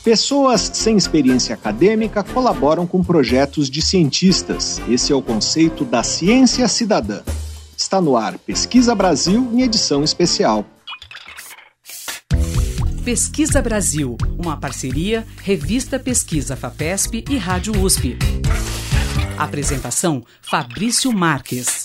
Pessoas sem experiência acadêmica colaboram com projetos de cientistas. Esse é o conceito da ciência cidadã. Está no ar Pesquisa Brasil em edição especial. Pesquisa Brasil, uma parceria Revista Pesquisa FAPESP e Rádio USP. Apresentação, Fabrício Marques.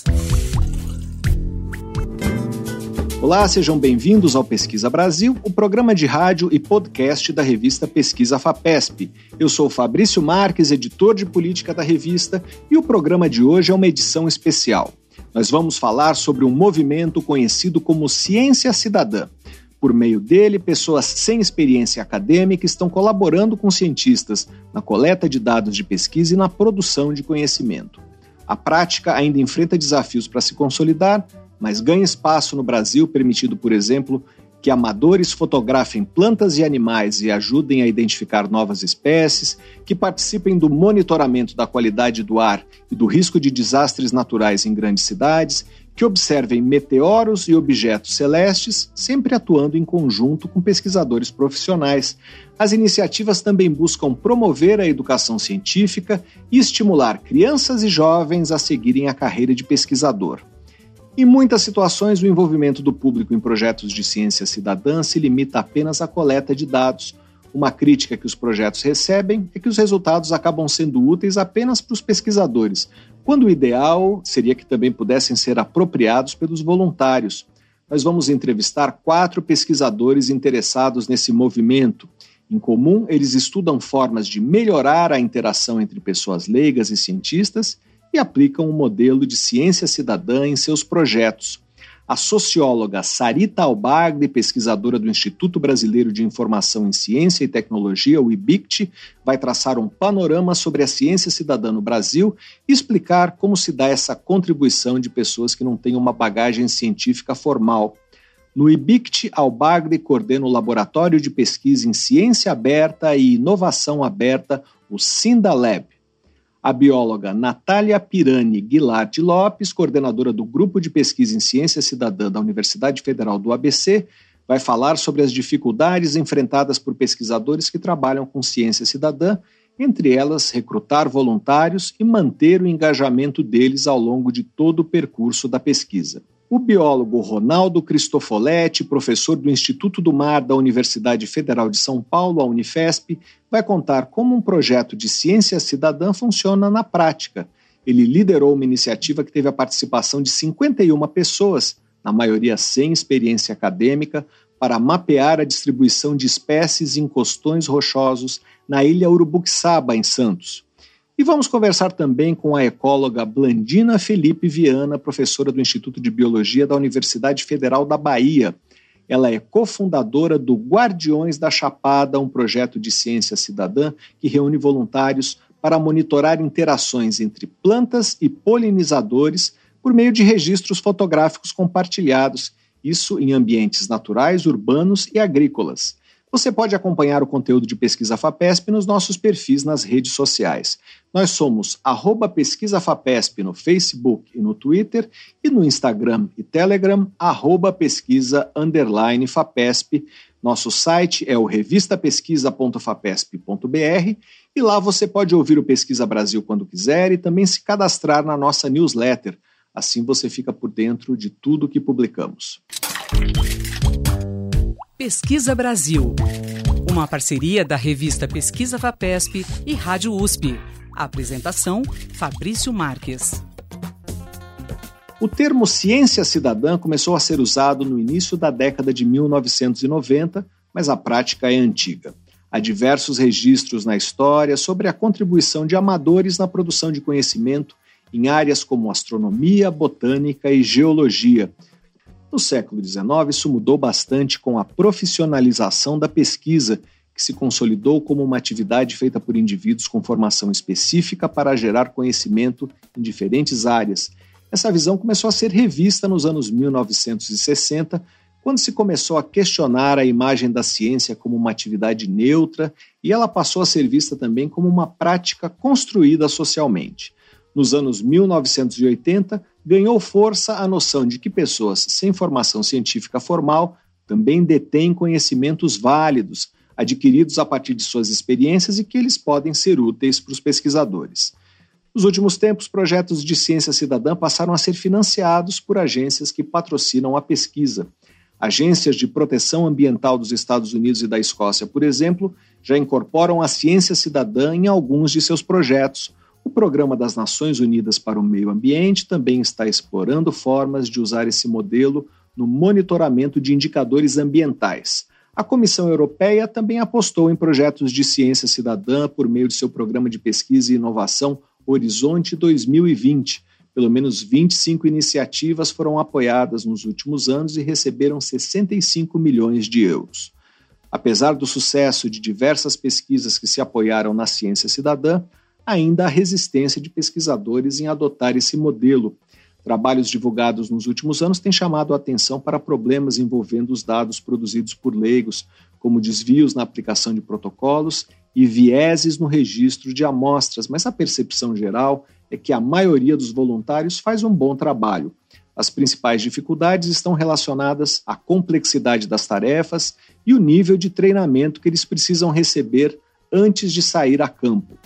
Olá, sejam bem-vindos ao Pesquisa Brasil, o programa de rádio e podcast da revista Pesquisa FAPESP. Eu sou Fabrício Marques, editor de política da revista, e o programa de hoje é uma edição especial. Nós vamos falar sobre um movimento conhecido como Ciência Cidadã. Por meio dele, pessoas sem experiência acadêmica estão colaborando com cientistas na coleta de dados de pesquisa e na produção de conhecimento. A prática ainda enfrenta desafios para se consolidar, mas ganha espaço no Brasil, permitindo, por exemplo, que amadores fotografem plantas e animais e ajudem a identificar novas espécies, que participem do monitoramento da qualidade do ar e do risco de desastres naturais em grandes cidades, que observem meteoros e objetos celestes, sempre atuando em conjunto com pesquisadores profissionais. As iniciativas também buscam promover a educação científica e estimular crianças e jovens a seguirem a carreira de pesquisador. Em muitas situações, o envolvimento do público em projetos de ciência cidadã se limita apenas à coleta de dados. Uma crítica que os projetos recebem é que os resultados acabam sendo úteis apenas para os pesquisadores, quando o ideal seria que também pudessem ser apropriados pelos voluntários. Nós vamos entrevistar 4 pesquisadores interessados nesse movimento. Em comum, eles estudam formas de melhorar a interação entre pessoas leigas e cientistas e aplicam um modelo de ciência cidadã em seus projetos. A socióloga Sarita Albagde, pesquisadora do Instituto Brasileiro de Informação em Ciência e Tecnologia, o IBICT, vai traçar um panorama sobre a ciência cidadã no Brasil e explicar como se dá essa contribuição de pessoas que não têm uma bagagem científica formal. No IBICT, Albagde coordena o Laboratório de Pesquisa em Ciência Aberta e Inovação Aberta, o CINDALab. A bióloga Natália Pirani Guilard Lopes, coordenadora do Grupo de Pesquisa em Ciência Cidadã da Universidade Federal do ABC, vai falar sobre as dificuldades enfrentadas por pesquisadores que trabalham com ciência cidadã, entre elas recrutar voluntários e manter o engajamento deles ao longo de todo o percurso da pesquisa. O biólogo Ronaldo Cristofoletti, professor do Instituto do Mar da Universidade Federal de São Paulo, a Unifesp, vai contar como um projeto de ciência cidadã funciona na prática. Ele liderou uma iniciativa que teve a participação de 51 pessoas, na maioria sem experiência acadêmica, para mapear a distribuição de espécies em costões rochosos na ilha Urubuxaba, em Santos. E vamos conversar também com a ecóloga Blandina Felipe Viana, professora do Instituto de Biologia da Universidade Federal da Bahia. Ela é cofundadora do Guardiões da Chapada, um projeto de ciência cidadã que reúne voluntários para monitorar interações entre plantas e polinizadores por meio de registros fotográficos compartilhados, isso em ambientes naturais, urbanos e agrícolas. Você pode acompanhar o conteúdo de Pesquisa FAPESP nos nossos perfis nas redes sociais. Nós somos @PesquisaFAPESP no Facebook e no Twitter, e no Instagram e Telegram, @pesquisa_FAPESP. Nosso site é o revistapesquisa.fapesp.br e lá você pode ouvir o Pesquisa Brasil quando quiser e também se cadastrar na nossa newsletter. Assim você fica por dentro de tudo que publicamos. Pesquisa Brasil, uma parceria da revista Pesquisa FAPESP e Rádio USP. Apresentação, Fabrício Marques. O termo ciência cidadã começou a ser usado no início da década de 1990, mas a prática é antiga. Há diversos registros na história sobre a contribuição de amadores na produção de conhecimento em áreas como astronomia, botânica e geologia. No século XIX, isso mudou bastante com a profissionalização da pesquisa, que se consolidou como uma atividade feita por indivíduos com formação específica para gerar conhecimento em diferentes áreas. Essa visão começou a ser revista nos anos 1960, quando se começou a questionar a imagem da ciência como uma atividade neutra e ela passou a ser vista também como uma prática construída socialmente. Nos anos 1980, ganhou força a noção de que pessoas sem formação científica formal também detêm conhecimentos válidos, adquiridos a partir de suas experiências e que eles podem ser úteis para os pesquisadores. Nos últimos tempos, projetos de ciência cidadã passaram a ser financiados por agências que patrocinam a pesquisa. Agências de proteção ambiental dos Estados Unidos e da Escócia, por exemplo, já incorporam a ciência cidadã em alguns de seus projetos. O Programa das Nações Unidas para o Meio Ambiente também está explorando formas de usar esse modelo no monitoramento de indicadores ambientais. A Comissão Europeia também apostou em projetos de ciência cidadã por meio de seu programa de pesquisa e inovação Horizonte 2020. Pelo menos 25 iniciativas foram apoiadas nos últimos anos e receberam 65 milhões de euros. Apesar do sucesso de diversas pesquisas que se apoiaram na ciência cidadã, ainda há resistência de pesquisadores em adotar esse modelo. Trabalhos divulgados nos últimos anos têm chamado a atenção para problemas envolvendo os dados produzidos por leigos, como desvios na aplicação de protocolos e vieses no registro de amostras, mas a percepção geral é que a maioria dos voluntários faz um bom trabalho. As principais dificuldades estão relacionadas à complexidade das tarefas e o nível de treinamento que eles precisam receber antes de sair a campo.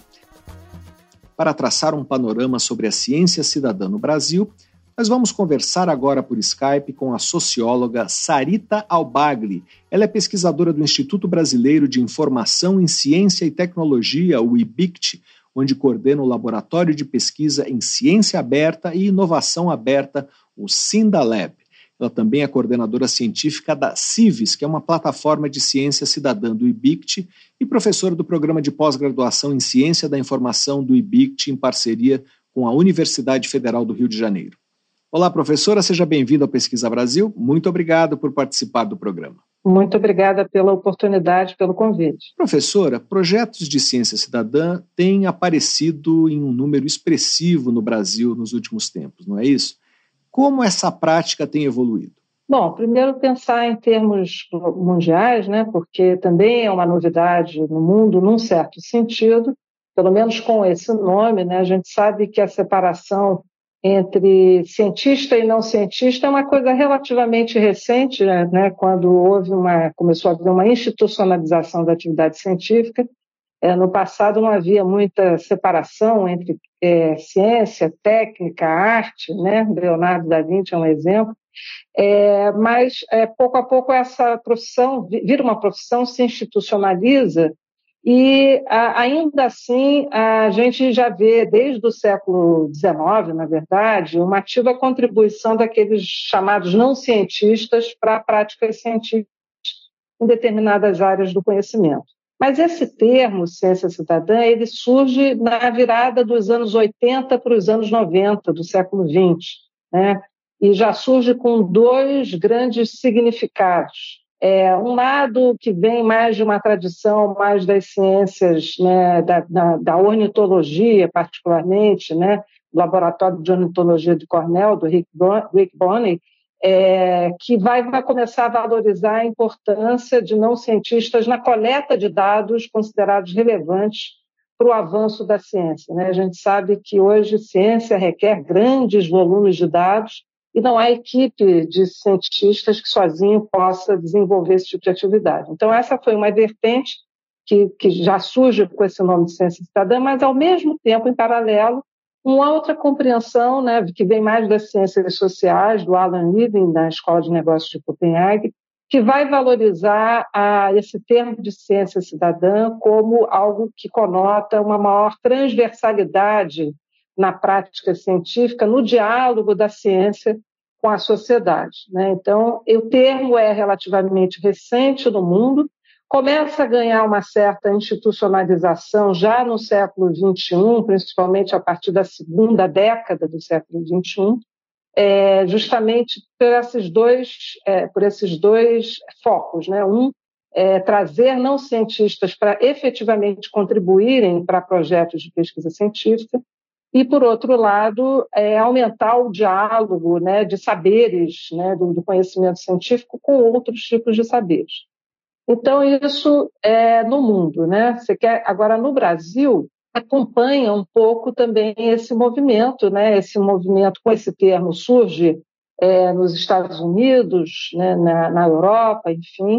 Para traçar um panorama sobre a ciência cidadã no Brasil, nós vamos conversar agora por Skype com a socióloga Sarita Albagli. Ela é pesquisadora do Instituto Brasileiro de Informação em Ciência e Tecnologia, o IBICT, onde coordena o Laboratório de Pesquisa em Ciência Aberta e Inovação Aberta, o SINDALab. Ela também é coordenadora científica da CIVES, que é uma plataforma de ciência cidadã do IBICT, e professora do Programa de Pós-Graduação em Ciência da Informação do IBICT, em parceria com a Universidade Federal do Rio de Janeiro. Olá, professora, seja bem-vinda ao Pesquisa Brasil. Muito obrigado por participar do programa. Muito obrigada pela oportunidade, pelo convite. Professora, projetos de ciência cidadã têm aparecido em um número expressivo no Brasil nos últimos tempos, não é isso? Como essa prática tem evoluído? Bom, primeiro pensar em termos mundiais, né, porque também é uma novidade no mundo, num certo sentido, pelo menos com esse nome, né, a gente sabe que a separação entre cientista e não cientista é uma coisa relativamente recente, né, quando começou a haver uma institucionalização da atividade científica. No passado não havia muita separação entre ciência, técnica, arte, né? Leonardo da Vinci é um exemplo, mas pouco a pouco essa profissão vira uma profissão, se institucionaliza e ainda assim a gente já vê desde o século XIX, na verdade, uma ativa contribuição daqueles chamados não cientistas para práticas científicas em determinadas áreas do conhecimento. Mas esse termo, ciência cidadã, ele surge na virada dos anos 80 para os anos 90 do século XX, né? E já surge com dois grandes significados. Um lado que vem mais de uma tradição mais das ciências, né, da ornitologia, particularmente, né, do Laboratório de Ornitologia de Cornell, do Rick Bonney, que vai começar a valorizar a importância de não cientistas na coleta de dados considerados relevantes para o avanço da ciência, né? A gente sabe que hoje ciência requer grandes volumes de dados e não há equipe de cientistas que sozinho possa desenvolver esse tipo de atividade. Então, essa foi uma vertente que já surge com esse nome de ciência cidadã, mas, ao mesmo tempo, em paralelo, uma outra compreensão, né, que vem mais das ciências sociais, do Alan Levin, da Escola de Negócios de Copenhague, que vai valorizar esse termo de ciência cidadã como algo que conota uma maior transversalidade na prática científica, no diálogo da ciência com a sociedade, né? Então, o termo é relativamente recente no mundo, começa a ganhar uma certa institucionalização já no século XXI, principalmente a partir da segunda década do século XXI, justamente por esses dois focos, né? Trazer não cientistas para efetivamente contribuírem para projetos de pesquisa científica e, por outro lado, aumentar o diálogo, né, de saberes, né, do conhecimento científico com outros tipos de saberes. Então, isso é no mundo, né? Agora, no Brasil, acompanha um pouco também esse movimento, né? Esse movimento com esse termo surge nos Estados Unidos, né, na Europa, enfim,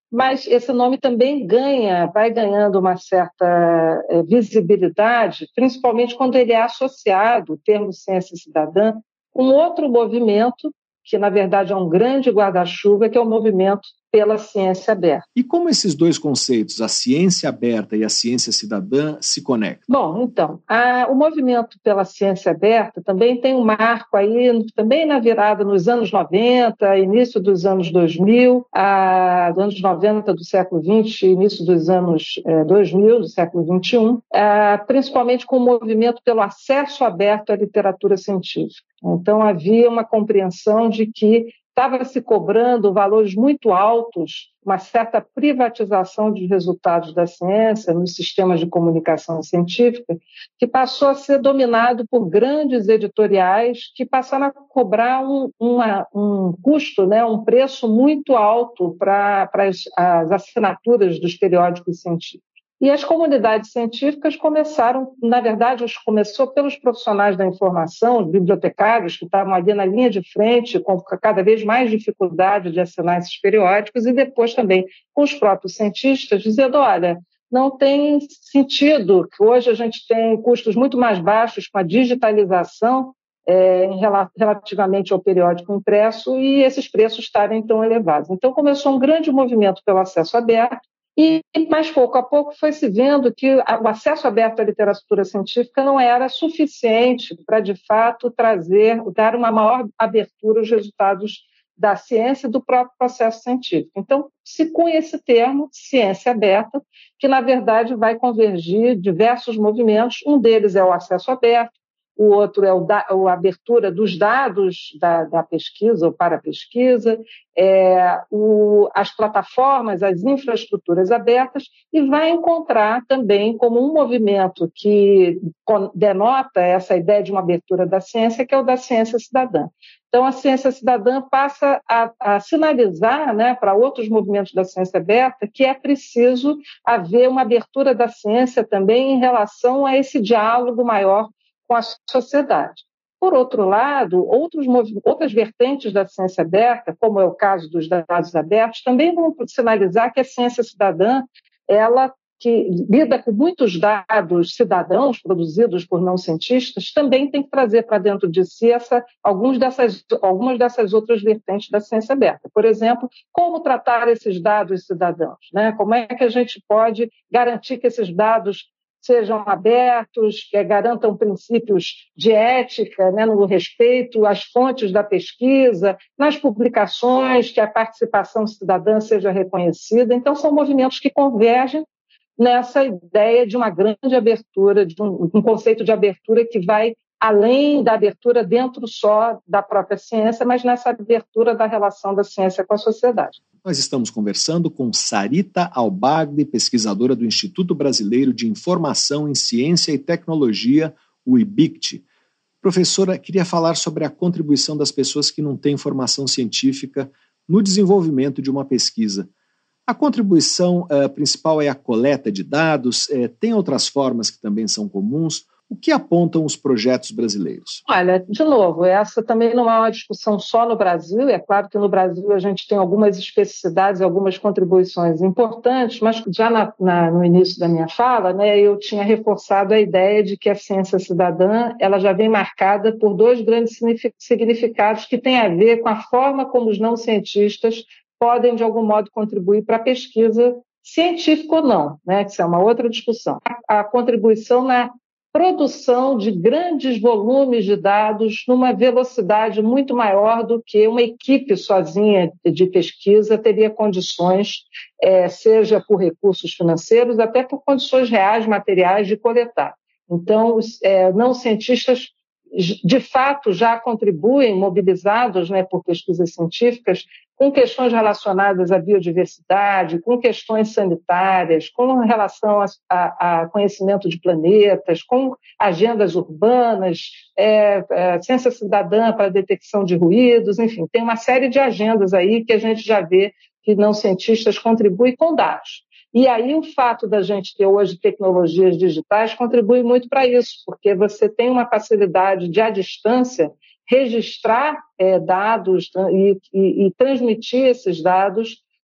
mas esse nome também vai ganhando uma certa visibilidade, principalmente quando ele é associado, o termo ciência cidadã, com outro movimento, que na verdade é um grande guarda-chuva, que é o movimento pela ciência aberta. E como esses dois conceitos, a ciência aberta e a ciência cidadã, se conectam? Bom, então, o movimento pela ciência aberta também tem um marco aí, também na virada nos anos 90, início dos anos 2000, anos 90 do século XX, início dos anos 2000, do século XXI, principalmente com o movimento pelo acesso aberto à literatura científica. Então, havia uma compreensão de que estava se cobrando valores muito altos, uma certa privatização dos resultados da ciência nos sistemas de comunicação científica, que passou a ser dominado por grandes editoriais que passaram a cobrar um custo, né, um preço muito alto para as assinaturas dos periódicos científicos. E as comunidades científicas começaram, na verdade, começou pelos profissionais da informação, os bibliotecários, que estavam ali na linha de frente, com cada vez mais dificuldade de assinar esses periódicos, e depois também com os próprios cientistas, dizendo, olha, não tem sentido que hoje a gente tem custos muito mais baixos com a digitalização relativamente ao periódico impresso e esses preços estarem tão elevados. Então, começou um grande movimento pelo acesso aberto, e, mais pouco a pouco, foi se vendo que o acesso aberto à literatura científica não era suficiente para, de fato, dar uma maior abertura aos resultados da ciência e do próprio processo científico. Então, se cunha esse termo, ciência aberta, que, na verdade, vai convergir diversos movimentos. Um deles é o acesso aberto, o outro é a abertura dos dados da pesquisa ou para a pesquisa, as plataformas, as infraestruturas abertas, e vai encontrar também como um movimento que denota essa ideia de uma abertura da ciência, que é o da ciência cidadã. Então, a ciência cidadã passa a sinalizar, né, para outros movimentos da ciência aberta que é preciso haver uma abertura da ciência também em relação a esse diálogo maior com a sociedade. Por outro lado, outras vertentes da ciência aberta, como é o caso dos dados abertos, também vão sinalizar que a ciência cidadã, ela que lida com muitos dados cidadãos produzidos por não cientistas, também tem que trazer para dentro de si algumas dessas outras vertentes da ciência aberta. Por exemplo, como tratar esses dados cidadãos, né? Como é que a gente pode garantir que esses dados sejam abertos, que garantam princípios de ética, né, no respeito às fontes da pesquisa, nas publicações, que a participação cidadã seja reconhecida. Então, são movimentos que convergem nessa ideia de uma grande abertura, de um conceito de abertura que vai além da abertura dentro só da própria ciência, mas nessa abertura da relação da ciência com a sociedade. Nós estamos conversando com Sarita Albagdi, pesquisadora do Instituto Brasileiro de Informação em Ciência e Tecnologia, o IBICT. Professora, queria falar sobre a contribuição das pessoas que não têm formação científica no desenvolvimento de uma pesquisa. A contribuição principal é a coleta de dados, tem outras formas que também são comuns. O que apontam os projetos brasileiros? Olha, de novo, essa também não é uma discussão só no Brasil. É claro que no Brasil a gente tem algumas especificidades, algumas contribuições importantes, mas já no início da minha fala, né, eu tinha reforçado a ideia de que a ciência cidadã ela já vem marcada por dois grandes significados que têm a ver com a forma como os não cientistas podem, de algum modo, contribuir para a pesquisa científica ou não, né, que isso é uma outra discussão. A contribuição na produção de grandes volumes de dados numa velocidade muito maior do que uma equipe sozinha de pesquisa teria condições, seja por recursos financeiros, até por condições reais, materiais de coletar. Então, os não cientistas, de fato, já contribuem, mobilizados, né, por pesquisas científicas, com questões relacionadas à biodiversidade, com questões sanitárias, com relação a conhecimento de planetas, com agendas urbanas, ciência cidadã para a detecção de ruídos, enfim, tem uma série de agendas aí que a gente já vê que não cientistas contribuem com dados. E aí o fato da gente ter hoje tecnologias digitais contribui muito para isso, porque você tem uma facilidade de, à distância, registrar dados e transmitir esses dados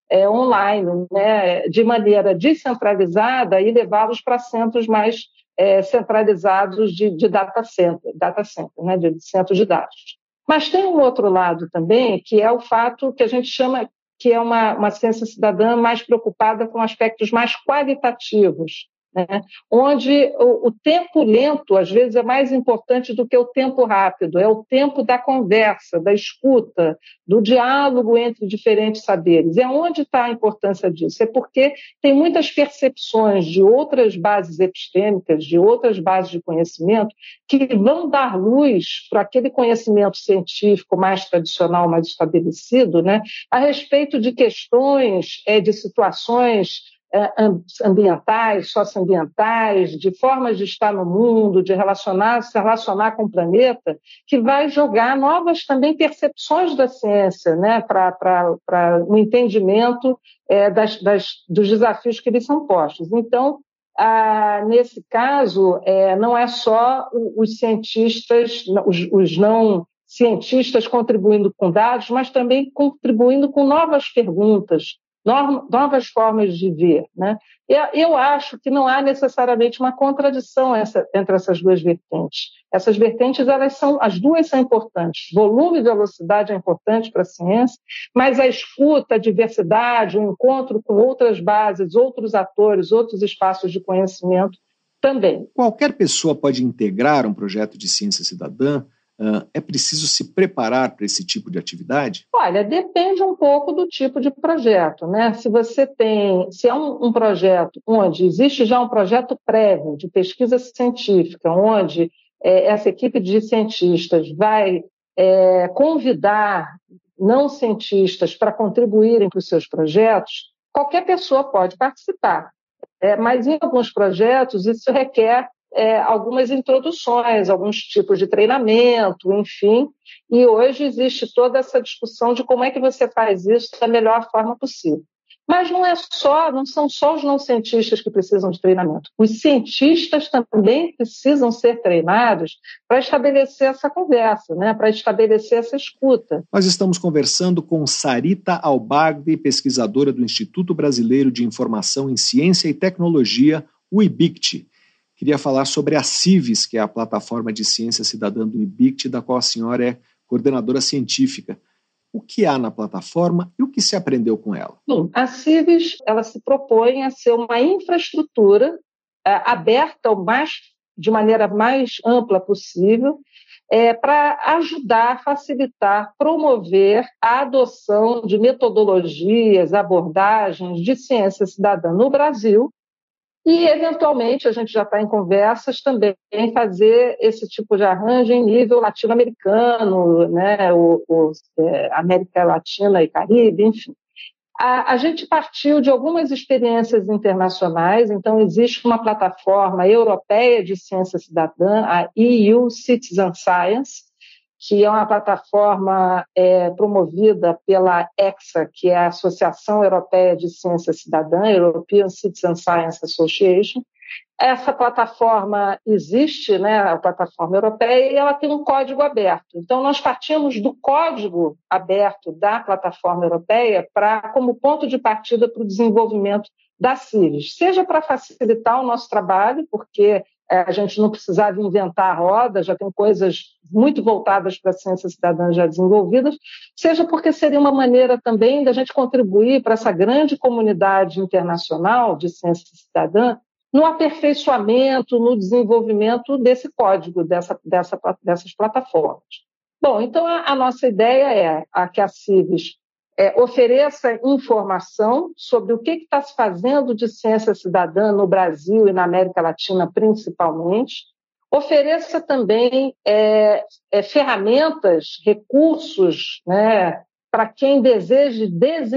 online, né, de maneira descentralizada e levá-los para centros mais centralizados de data center, né, de centros de dados. Mas tem um outro lado também, que é o fato que a gente chama que é uma ciência cidadã mais preocupada com aspectos mais qualitativos, né? Onde o tempo lento, às vezes, é mais importante do que o tempo rápido, é o tempo da conversa, da escuta, do diálogo entre diferentes saberes. É onde está a importância disso? É porque tem muitas percepções de outras bases epistêmicas, de outras bases de conhecimento, que vão dar luz para aquele conhecimento científico mais tradicional, mais estabelecido, né, a respeito de questões, de situações ambientais, socioambientais, de formas de estar no mundo, de se relacionar com o planeta, que vai jogar novas também percepções da ciência, né, para o entendimento dos desafios que lhes são postos. Então, nesse caso, não é só os cientistas, os não cientistas contribuindo com dados, mas também contribuindo com novas perguntas, novas formas de ver, né? Eu acho que não há necessariamente uma contradição entre essas duas vertentes. Essas vertentes, as duas são importantes. Volume e velocidade é importante para a ciência, mas a escuta, a diversidade, o encontro com outras bases, outros atores, outros espaços de conhecimento também. Qualquer pessoa pode integrar um projeto de ciência cidadã? É preciso se preparar para esse tipo de atividade? Olha, depende um pouco do tipo de projeto, né? Se é um projeto onde existe já um projeto prévio de pesquisa científica, onde essa equipe de cientistas vai convidar não cientistas para contribuírem para os seus projetos, qualquer pessoa pode participar. Mas em alguns projetos isso requer algumas introduções, alguns tipos de treinamento, enfim, e hoje existe toda essa discussão de como é que você faz isso da melhor forma possível. Mas não são só os não cientistas que precisam de treinamento. Os cientistas também precisam ser treinados para estabelecer essa conversa, né? Para estabelecer essa escuta. Nós estamos conversando com Sarita Albagdi, pesquisadora do Instituto Brasileiro de Informação em Ciência e Tecnologia, o IBICT. Queria falar sobre a CIVES, que é a plataforma de ciência cidadã do IBICT, da qual a senhora é coordenadora científica. O que há na plataforma e o que se aprendeu com ela? Bom, a CIVES ela se propõe a ser uma infraestrutura aberta de maneira mais ampla possível para ajudar, facilitar, promover a adoção de metodologias, abordagens de ciência cidadã no Brasil. E, eventualmente, a gente já está em conversas também em fazer esse tipo de arranjo em nível latino-americano, né, América Latina e Caribe, enfim. A gente partiu de algumas experiências internacionais, então existe uma plataforma europeia de ciência cidadã, a EU Citizen Science, que é uma plataforma promovida pela ECSA, que é a Associação Europeia de Ciência Cidadã, European Citizen Science Association. Essa plataforma existe, né, a plataforma europeia, e ela tem um código aberto. Então, nós partimos do código aberto da plataforma europeia como ponto de partida para o desenvolvimento da CIVES, seja para facilitar o nosso trabalho, porque a gente não precisava inventar a roda, já tem coisas muito voltadas para a ciência cidadã já desenvolvidas, seja porque seria uma maneira também da gente contribuir para essa grande comunidade internacional de ciência cidadã no aperfeiçoamento, no desenvolvimento desse código, dessas plataformas. Bom, então a nossa ideia é que a CIVES ofereça informação sobre o que está se fazendo de ciência cidadã no Brasil e na América Latina, principalmente. Ofereça também ferramentas, recursos, né, para quem deseje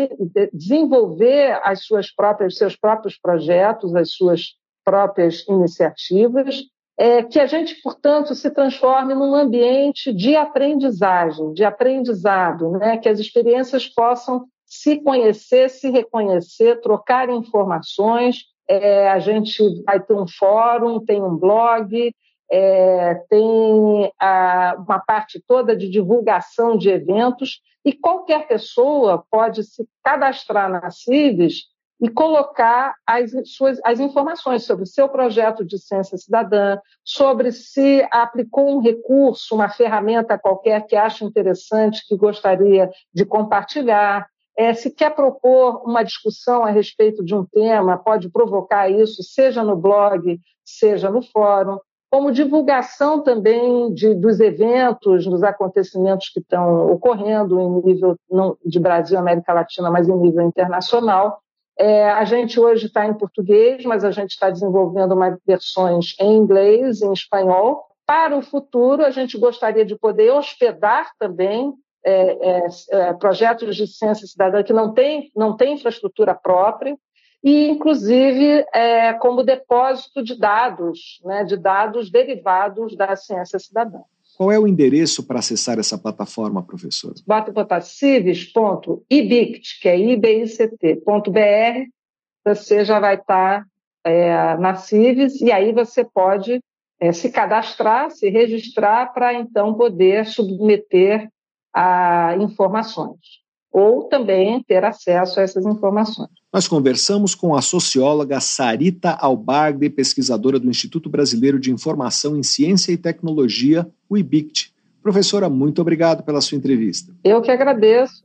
desenvolver seus próprios projetos, as suas próprias iniciativas, que a gente, portanto, se transforme num ambiente de aprendizagem, de aprendizado, né? Que as experiências possam se conhecer, se reconhecer, trocar informações. A gente vai ter um fórum, tem um blog, tem uma parte toda de divulgação de eventos, e qualquer pessoa pode se cadastrar na Cives e colocar as informações sobre o seu projeto de ciência cidadã, sobre se aplicou um recurso, uma ferramenta qualquer que acha interessante, que gostaria de compartilhar. Se quer propor uma discussão a respeito de um tema, pode provocar isso, seja no blog, seja no fórum, como divulgação também dos eventos, dos acontecimentos que estão ocorrendo em nível não de Brasil, América Latina, mas em nível internacional. A gente hoje está em português, mas a gente está desenvolvendo versões em inglês, em espanhol. Para o futuro, a gente gostaria de poder hospedar também projetos de ciência cidadã que não tem infraestrutura própria e, inclusive, como depósito de dados, né, de dados derivados da ciência cidadã. Qual é o endereço para acessar essa plataforma, professora? Botar cives.ibict, que é ibict.br, você já vai estar na Cives, e aí você pode se cadastrar, se registrar para então poder submeter a informações, ou também ter acesso a essas informações. Nós conversamos com a socióloga Sarita Albarde, pesquisadora do Instituto Brasileiro de Informação em Ciência e Tecnologia, o IBICT. Professora, muito obrigado pela sua entrevista. Eu que agradeço.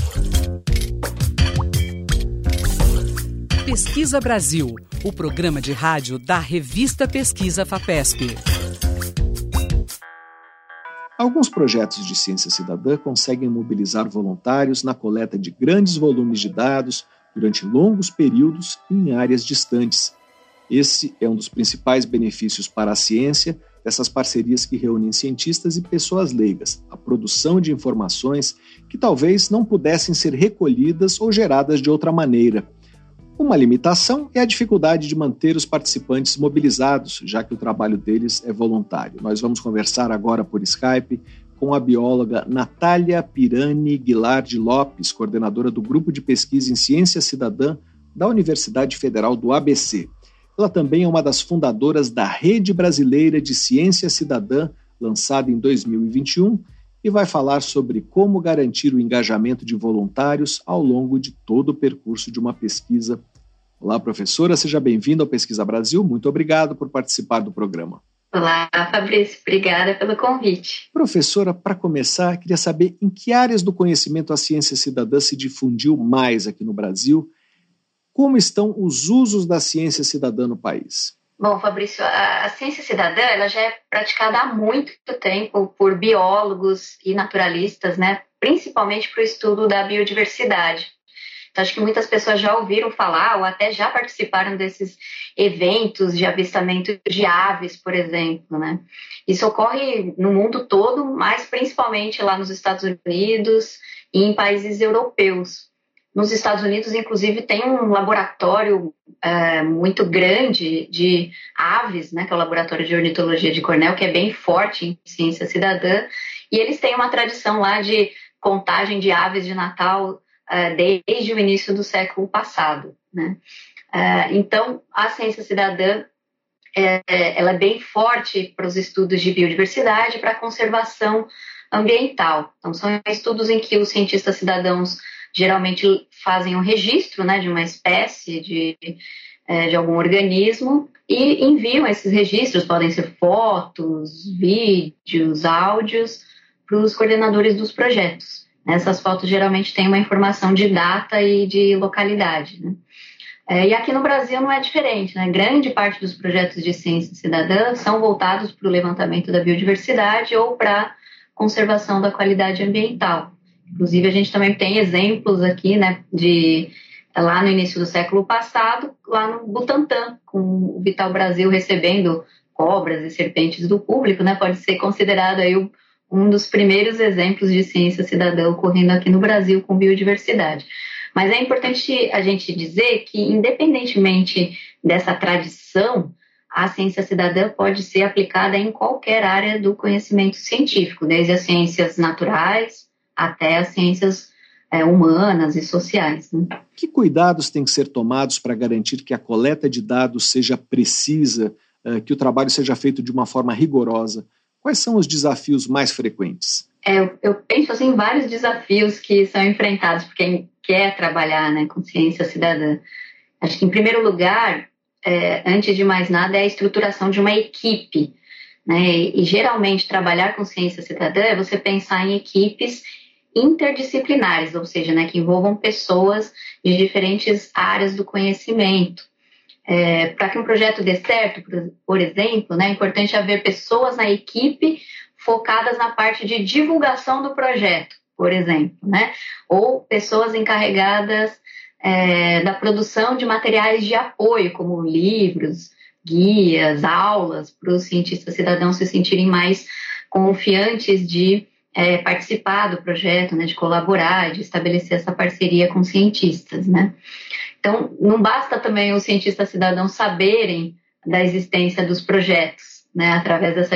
Pesquisa Brasil, o programa de rádio da revista Pesquisa FAPESP. Alguns projetos de ciência cidadã conseguem mobilizar voluntários na coleta de grandes volumes de dados durante longos períodos e em áreas distantes. Esse é um dos principais benefícios para a ciência dessas parcerias que reúnem cientistas e pessoas leigas, a produção de informações que talvez não pudessem ser recolhidas ou geradas de outra maneira. Uma limitação é a dificuldade de manter os participantes mobilizados, já que o trabalho deles é voluntário. Nós vamos conversar agora por Skype com a bióloga Natália Pirani Guilard Lopes, coordenadora do Grupo de Pesquisa em Ciência Cidadã da Universidade Federal do ABC. Ela também é uma das fundadoras da Rede Brasileira de Ciência Cidadã, lançada em 2021, e vai falar sobre como garantir o engajamento de voluntários ao longo de todo o percurso de uma pesquisa. Olá, professora, seja bem-vinda ao Pesquisa Brasil. Muito obrigado por participar do programa. Olá, Fabrício. Obrigada pelo convite. Professora, para começar, queria saber em que áreas do conhecimento a ciência cidadã se difundiu mais aqui no Brasil? Como estão os usos da ciência cidadã no país? Bom, Fabrício, a ciência cidadã ela já é praticada há muito tempo por biólogos e naturalistas, né? Principalmente para o estudo da biodiversidade. Então, acho que muitas pessoas já ouviram falar ou até já participaram desses eventos de avistamento de aves, por exemplo, né? Isso ocorre no mundo todo, mas principalmente lá nos Estados Unidos e em países europeus. Nos Estados Unidos, inclusive, tem um laboratório muito grande de aves, né, que é o Laboratório de Ornitologia de Cornell, que é bem forte em ciência cidadã, e eles têm uma tradição lá de contagem de aves de Natal desde o início do século passado, né? Então, a ciência cidadã ela é bem forte para os estudos de biodiversidade e para a conservação ambiental. Então, são estudos em que os cientistas cidadãos geralmente fazem um registro, né, de uma espécie, de algum organismo, e enviam esses registros, podem ser fotos, vídeos, áudios, para os coordenadores dos projetos. Essas fotos geralmente têm uma informação de data e de localidade, né? E aqui no Brasil não é diferente, né? Grande parte dos projetos de ciência cidadã são voltados para o levantamento da biodiversidade ou para a conservação da qualidade ambiental. Inclusive, a gente também tem exemplos aqui, né, lá no início do século passado, lá no Butantã, com o Vital Brasil recebendo cobras e serpentes do público, né, pode ser considerado aí um dos primeiros exemplos de ciência cidadã ocorrendo aqui no Brasil com biodiversidade. Mas é importante a gente dizer que, independentemente dessa tradição, a ciência cidadã pode ser aplicada em qualquer área do conhecimento científico, desde as ciências naturais até as ciências humanas e sociais, né? Que cuidados têm que ser tomados para garantir que a coleta de dados seja precisa, que o trabalho seja feito de uma forma rigorosa? Quais são os desafios mais frequentes? Eu penso assim, em vários desafios que são enfrentados por quem quer trabalhar, né, com ciência cidadã. Acho que, em primeiro lugar, antes de mais nada, é a estruturação de uma equipe, né? E geralmente trabalhar com ciência cidadã é você pensar em equipes interdisciplinares, ou seja, né, que envolvam pessoas de diferentes áreas do conhecimento. Para que um projeto dê certo, por exemplo, né, é importante haver pessoas na equipe focadas na parte de divulgação do projeto, por exemplo, né, ou pessoas encarregadas da produção de materiais de apoio, como livros, guias, aulas, para os cientistas cidadãos se sentirem mais confiantes de participar do projeto, né, de colaborar, de estabelecer essa parceria com cientistas, né. Então, não basta também os cientistas cidadãos saberem da existência dos projetos, né, através desta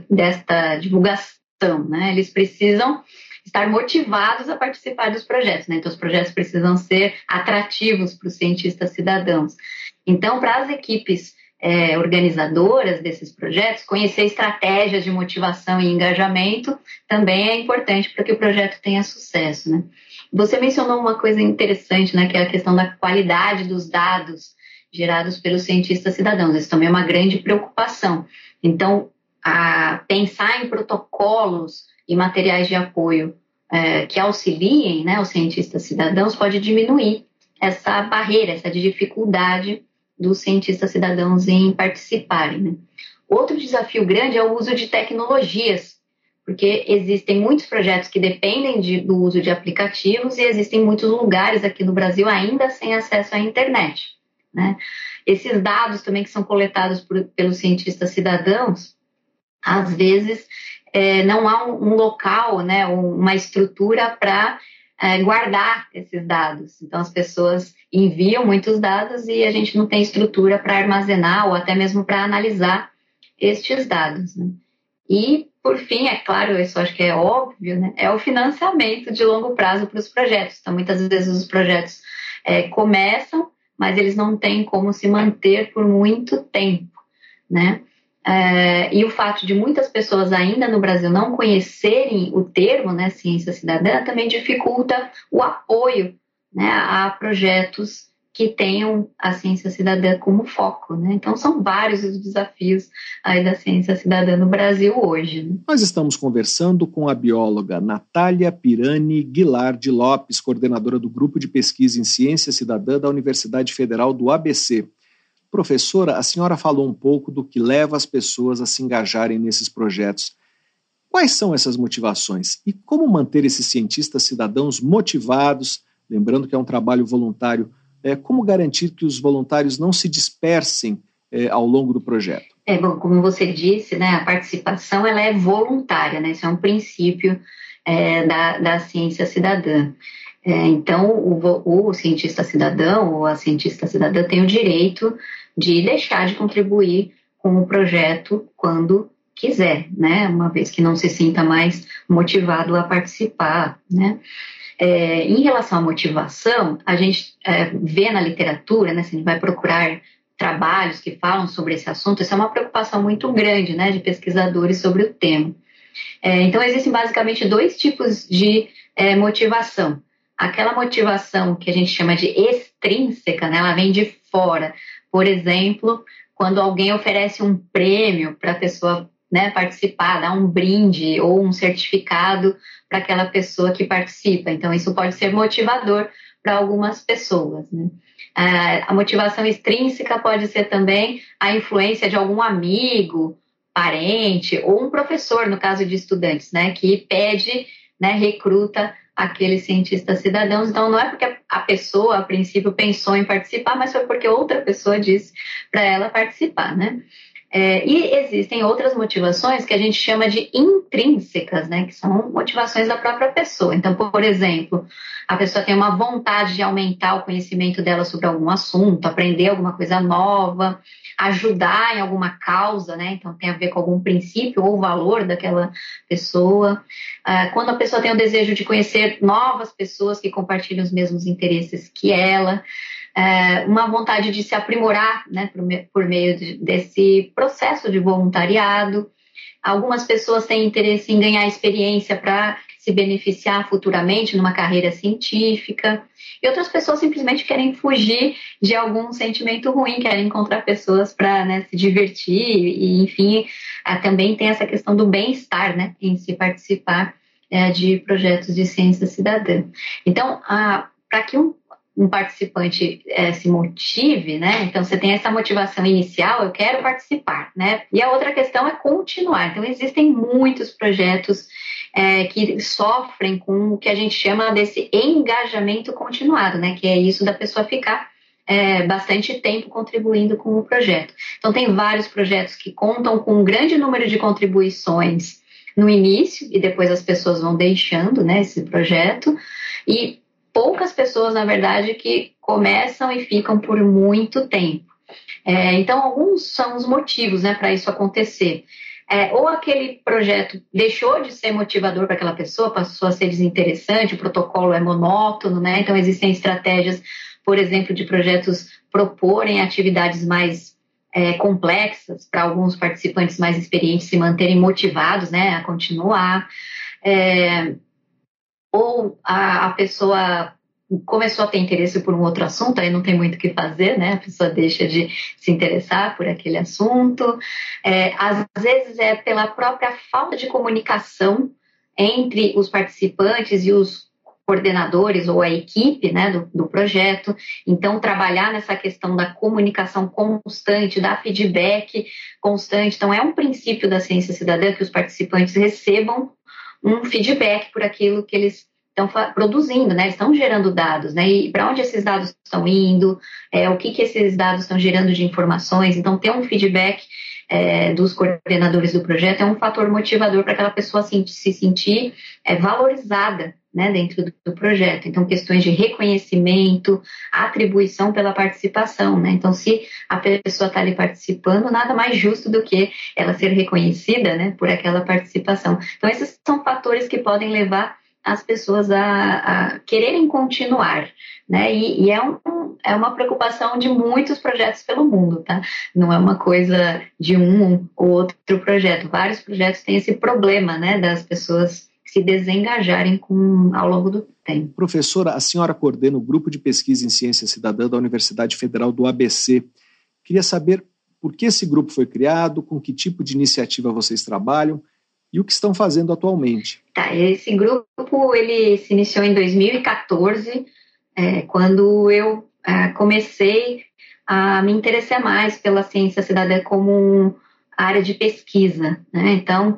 divulgação, né, eles precisam estar motivados a participar dos projetos, né, então os projetos precisam ser atrativos para os cientistas cidadãos. Então, para as equipes organizadoras desses projetos, conhecer estratégias de motivação e engajamento também é importante para que o projeto tenha sucesso, né. Você mencionou uma coisa interessante, né, que é a questão da qualidade dos dados gerados pelos cientistas cidadãos. Isso também é uma grande preocupação. Então, pensar em protocolos e materiais de apoio que auxiliem, né, os cientistas cidadãos pode diminuir essa barreira, essa dificuldade dos cientistas cidadãos em participarem, né. Outro desafio grande é o uso de tecnologias, porque existem muitos projetos que dependem do uso de aplicativos e existem muitos lugares aqui no Brasil ainda sem acesso à internet, né? Esses dados também que são coletados pelos cientistas cidadãos, às vezes não há um local, né, uma estrutura para guardar esses dados. Então, as pessoas enviam muitos dados e a gente não tem estrutura para armazenar ou até mesmo para analisar estes dados, né? E, por fim, é claro, isso acho que é óbvio, né, é o financiamento de longo prazo para os projetos. Então, muitas vezes os projetos começam, mas eles não têm como se manter por muito tempo, né? E o fato de muitas pessoas ainda no Brasil não conhecerem o termo, né, ciência cidadã, também dificulta o apoio, né, a projetos que tenham a ciência cidadã como foco, né? Então, são vários os desafios aí da ciência cidadã no Brasil hoje, né? Nós estamos conversando com a bióloga Natália Pirani Guilard Lopes, coordenadora do Grupo de Pesquisa em Ciência Cidadã da Universidade Federal do ABC. Professora, a senhora falou um pouco do que leva as pessoas a se engajarem nesses projetos. Quais são essas motivações? E como manter esses cientistas cidadãos motivados? Lembrando que é um trabalho voluntário. Como garantir que os voluntários não se dispersem ao longo do projeto? Bom, como você disse, né, a participação ela é voluntária, né? Isso é um princípio da ciência cidadã. Então, o cientista cidadão ou a cientista cidadã tem o direito de deixar de contribuir com o projeto quando quiser, né? Uma vez que não se sinta mais motivado a participar, né? Em relação à motivação, a gente vê na literatura, né, se a gente vai procurar trabalhos que falam sobre esse assunto, essa é uma preocupação muito grande, né, de pesquisadores sobre o tema. Então, existem basicamente dois tipos de motivação. Aquela motivação que a gente chama de extrínseca, né, ela vem de fora. Por exemplo, quando alguém oferece um prêmio para a pessoa, né, participar, dar um brinde ou um certificado para aquela pessoa que participa. Então, isso pode ser motivador para algumas pessoas, né? A motivação extrínseca pode ser também a influência de algum amigo, parente ou um professor, no caso de estudantes, né, que pede, né, recruta aqueles cientistas cidadãos. Então, não é porque a pessoa, a princípio, pensou em participar, mas foi porque outra pessoa disse para ela participar, né? E existem outras motivações que a gente chama de intrínsecas, né, que são motivações da própria pessoa. Então, por exemplo, a pessoa tem uma vontade de aumentar o conhecimento dela sobre algum assunto, aprender alguma coisa nova, ajudar em alguma causa, né, então tem a ver com algum princípio ou valor daquela pessoa. Quando a pessoa tem o desejo de conhecer novas pessoas que compartilham os mesmos interesses que ela. uma vontade de se aprimorar, né, por meio desse processo de voluntariado. Algumas pessoas têm interesse em ganhar experiência para se beneficiar futuramente numa carreira científica, e outras pessoas simplesmente querem fugir de algum sentimento ruim, querem encontrar pessoas para, né, se divertir, e enfim, também tem essa questão do bem-estar, né, em se participar de projetos de ciência cidadã. Então, para que um participante se motive, né? Então, você tem essa motivação inicial, eu quero participar, né? E a outra questão é continuar. Então, existem muitos projetos que sofrem com o que a gente chama desse engajamento continuado, né? Que é isso da pessoa ficar bastante tempo contribuindo com o projeto. Então, tem vários projetos que contam com um grande número de contribuições no início, e depois as pessoas vão deixando, né, esse projeto, e poucas pessoas, na verdade, que começam e ficam por muito tempo. Então, alguns são os motivos, né, para isso acontecer. Ou aquele projeto deixou de ser motivador para aquela pessoa, passou a ser desinteressante, o protocolo é monótono, né? Então, existem estratégias, por exemplo, de projetos proporem atividades mais complexas para alguns participantes mais experientes se manterem motivados, né, a continuar. Ou a pessoa começou a ter interesse por um outro assunto, aí não tem muito o que fazer, né? A pessoa deixa de se interessar por aquele assunto. Às vezes é pela própria falta de comunicação entre os participantes e os coordenadores ou a equipe, né, do projeto. Então, trabalhar nessa questão da comunicação constante, da feedback constante. Então, é um princípio da ciência cidadã que os participantes recebam um feedback por aquilo que eles estão produzindo, né? Estão gerando dados, né? E para onde esses dados estão indo, o que esses dados estão gerando de informações. Então, ter um feedback dos coordenadores do projeto é um fator motivador para aquela pessoa se sentir valorizada, né, dentro do projeto. Então, questões de reconhecimento, atribuição pela participação, né? Então, se a pessoa está ali participando, nada mais justo do que ela ser reconhecida, né, por aquela participação. Então, esses são fatores que podem levar as pessoas a quererem continuar, né? E é uma preocupação de muitos projetos pelo mundo, tá? Não é uma coisa de um ou outro projeto. Vários projetos têm esse problema, né, das pessoas se desengajarem ao longo do tempo. Professora, a senhora coordena o Grupo de Pesquisa em Ciência Cidadã da Universidade Federal do ABC. Queria saber por que esse grupo foi criado, com que tipo de iniciativa vocês trabalham e o que estão fazendo atualmente. Tá, esse grupo ele se iniciou em 2014, quando eu comecei a me interessar mais pela ciência cidadã como área de pesquisa, né? Então,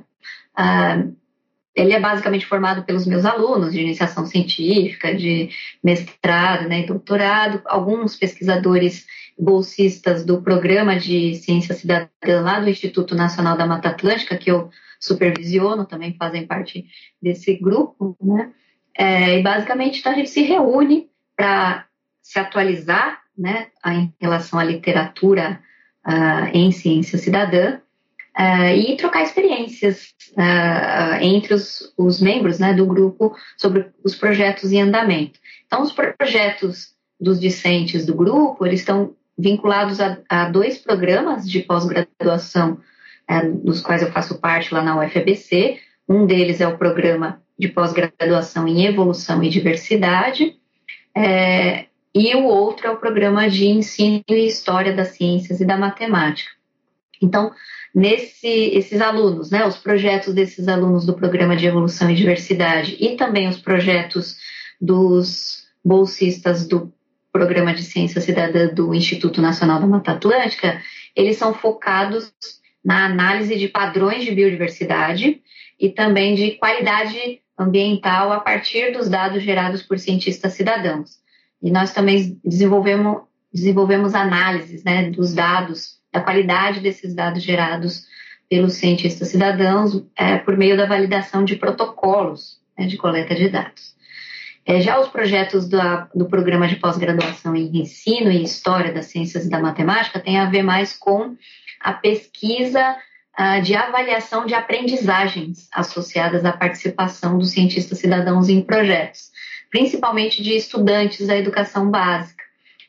ele é basicamente formado pelos meus alunos de iniciação científica, de mestrado, né, e doutorado, alguns pesquisadores bolsistas do programa de ciência cidadã lá do Instituto Nacional da Mata Atlântica, que eu supervisiono, também fazem parte desse grupo, né? E basicamente a gente se reúne para se atualizar, né, em relação à literatura em ciência cidadã, e trocar experiências entre os membros, né, do grupo sobre os projetos em andamento. Então, os projetos dos discentes do grupo, eles estão vinculados a 2 programas de pós-graduação, dos quais eu faço parte lá na UFABC. Um deles é o programa de pós-graduação em evolução e diversidade, e o outro é o programa de ensino e história das ciências e da matemática. Então, esses alunos, né, os projetos desses alunos do Programa de Evolução e Diversidade e também os projetos dos bolsistas do Programa de Ciência Cidadã do Instituto Nacional da Mata Atlântica, eles são focados na análise de padrões de biodiversidade e também de qualidade ambiental a partir dos dados gerados por cientistas cidadãos. E nós também desenvolvemos análises, né, dos dados, da qualidade desses dados gerados pelos cientistas cidadãos por meio da validação de protocolos, né, de coleta de dados. Já os projetos do Programa de Pós-Graduação em Ensino e História das Ciências e da Matemática têm a ver mais com a pesquisa de avaliação de aprendizagens associadas à participação dos cientistas cidadãos em projetos, principalmente de estudantes da educação básica.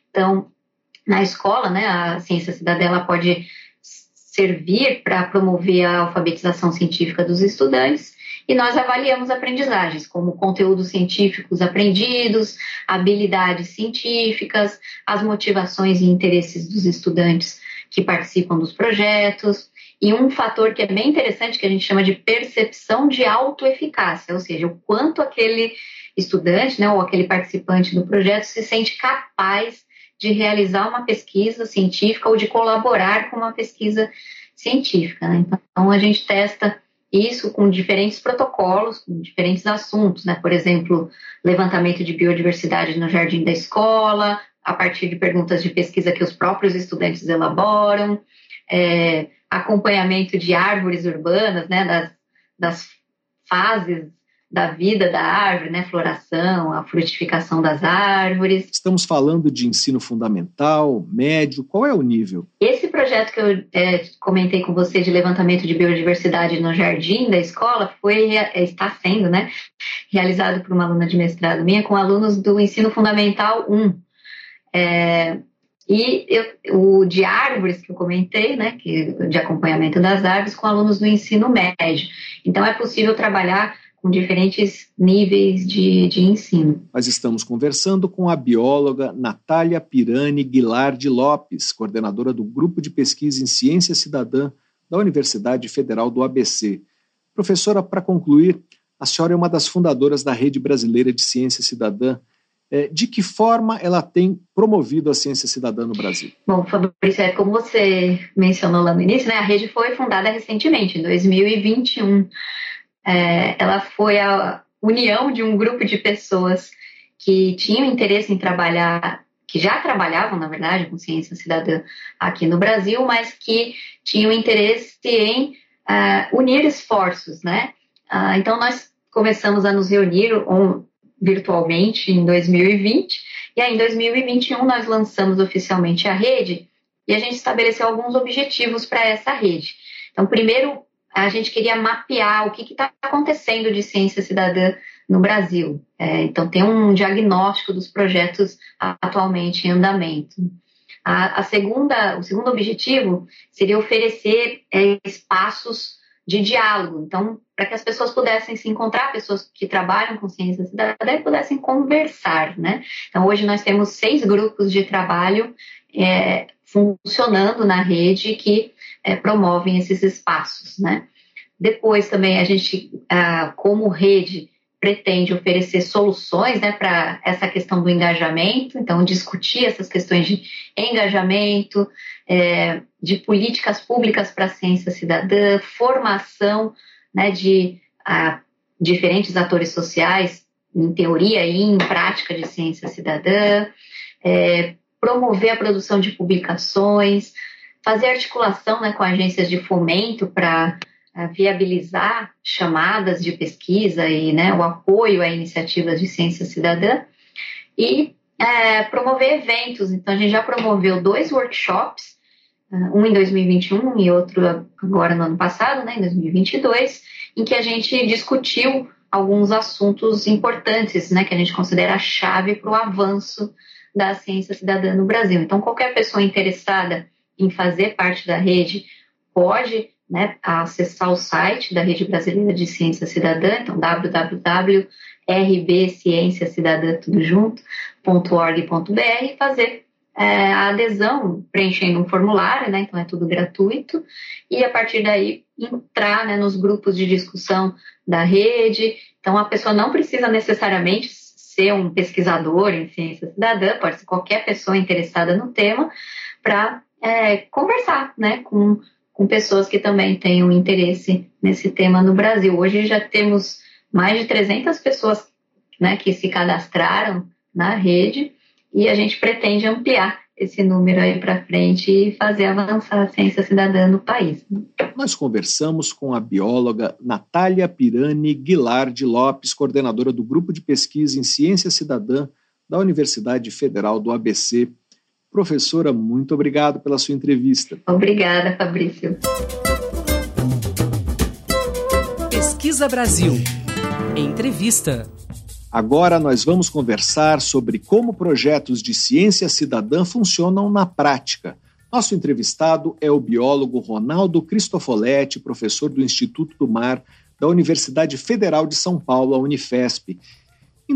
Então, na escola, né, a ciência cidadã ela pode servir para promover a alfabetização científica dos estudantes, e nós avaliamos aprendizagens, como conteúdos científicos aprendidos, habilidades científicas, as motivações e interesses dos estudantes que participam dos projetos, e um fator que é bem interessante, que a gente chama de percepção de autoeficácia, ou seja, o quanto aquele estudante, né, ou aquele participante do projeto se sente capaz de realizar uma pesquisa científica ou de colaborar com uma pesquisa científica, né? Então, a gente testa isso com diferentes protocolos, com diferentes assuntos, né? Por exemplo, levantamento de biodiversidade no jardim da escola, a partir de perguntas de pesquisa que os próprios estudantes elaboram, acompanhamento de árvores urbanas, né? Das fases da vida da árvore, né, floração, a frutificação das árvores. Estamos falando de ensino fundamental, médio, qual é o nível? Esse projeto que eu comentei com você de levantamento de biodiversidade no jardim da escola está sendo, né, realizado por uma aluna de mestrado minha com alunos do ensino fundamental 1. O de árvores que eu comentei, né, de acompanhamento das árvores, com alunos do ensino médio. Então é possível trabalhar com diferentes níveis de ensino. Nós estamos conversando com a bióloga Natália Pirani Guilardi Lopes, coordenadora do Grupo de Pesquisa em Ciência Cidadã da Universidade Federal do ABC. Professora, para concluir, a senhora é uma das fundadoras da Rede Brasileira de Ciência Cidadã. De que forma ela tem promovido a ciência cidadã no Brasil? Bom, Fabrício, como você mencionou lá no início, né, a rede foi fundada recentemente, em 2021. Ela foi a união de um grupo de pessoas que tinham interesse em trabalhar, que já trabalhavam, na verdade, com ciência cidadã aqui no Brasil, mas que tinham interesse em unir esforços, né? Então, nós começamos a nos reunir virtualmente em 2020, e aí em 2021 nós lançamos oficialmente a rede, e a gente estabeleceu alguns objetivos para essa rede. Então, primeiro, a gente queria mapear o que está acontecendo de ciência cidadã no Brasil. Então, tem um diagnóstico dos projetos atualmente em andamento. O segundo objetivo seria oferecer espaços de diálogo. Então, para que as pessoas pudessem se encontrar, pessoas que trabalham com ciência cidadã, e pudessem conversar, né? Então, hoje nós temos 6 grupos de trabalho funcionando na rede que promovem esses espaços, né? Depois também a gente, como rede, pretende oferecer soluções, né, para essa questão do engajamento, então discutir essas questões de engajamento, de políticas públicas para a ciência cidadã, formação, né, de diferentes atores sociais, em teoria e em prática de ciência cidadã, promover a produção de publicações, fazer articulação, né, com agências de fomento para viabilizar chamadas de pesquisa e, né, o apoio a iniciativas de ciência cidadã e promover eventos. Então, a gente já promoveu 2 workshops, um em 2021 e outro agora no ano passado, né, em 2022, em que a gente discutiu alguns assuntos importantes, né, que a gente considera a chave para o avanço da ciência cidadã no Brasil. Então, qualquer pessoa interessada em fazer parte da rede pode, né, acessar o site da Rede Brasileira de Ciência Cidadã, então www.rbciênciacidadã.org.br, e fazer a adesão preenchendo um formulário, né, então é tudo gratuito, e a partir daí entrar, né, nos grupos de discussão da rede. Então a pessoa não precisa necessariamente ser um pesquisador em ciência cidadã, pode ser qualquer pessoa interessada no tema, para conversar, né, com pessoas que também tenham interesse nesse tema no Brasil. Hoje já temos mais de 300 pessoas, né, que se cadastraram na rede, e a gente pretende ampliar esse número aí para frente e fazer avançar a ciência cidadã no país. Nós conversamos com a bióloga Natália Pirani Guilardi Lopes, coordenadora do Grupo de Pesquisa em Ciência Cidadã da Universidade Federal do ABC. Professora, muito obrigado pela sua entrevista. Obrigada, Fabrício. Pesquisa Brasil. Entrevista. Agora nós vamos conversar sobre como projetos de ciência cidadã funcionam na prática. Nosso entrevistado é o biólogo Ronaldo Cristofoletti, professor do Instituto do Mar da Universidade Federal de São Paulo, a Unifesp. Em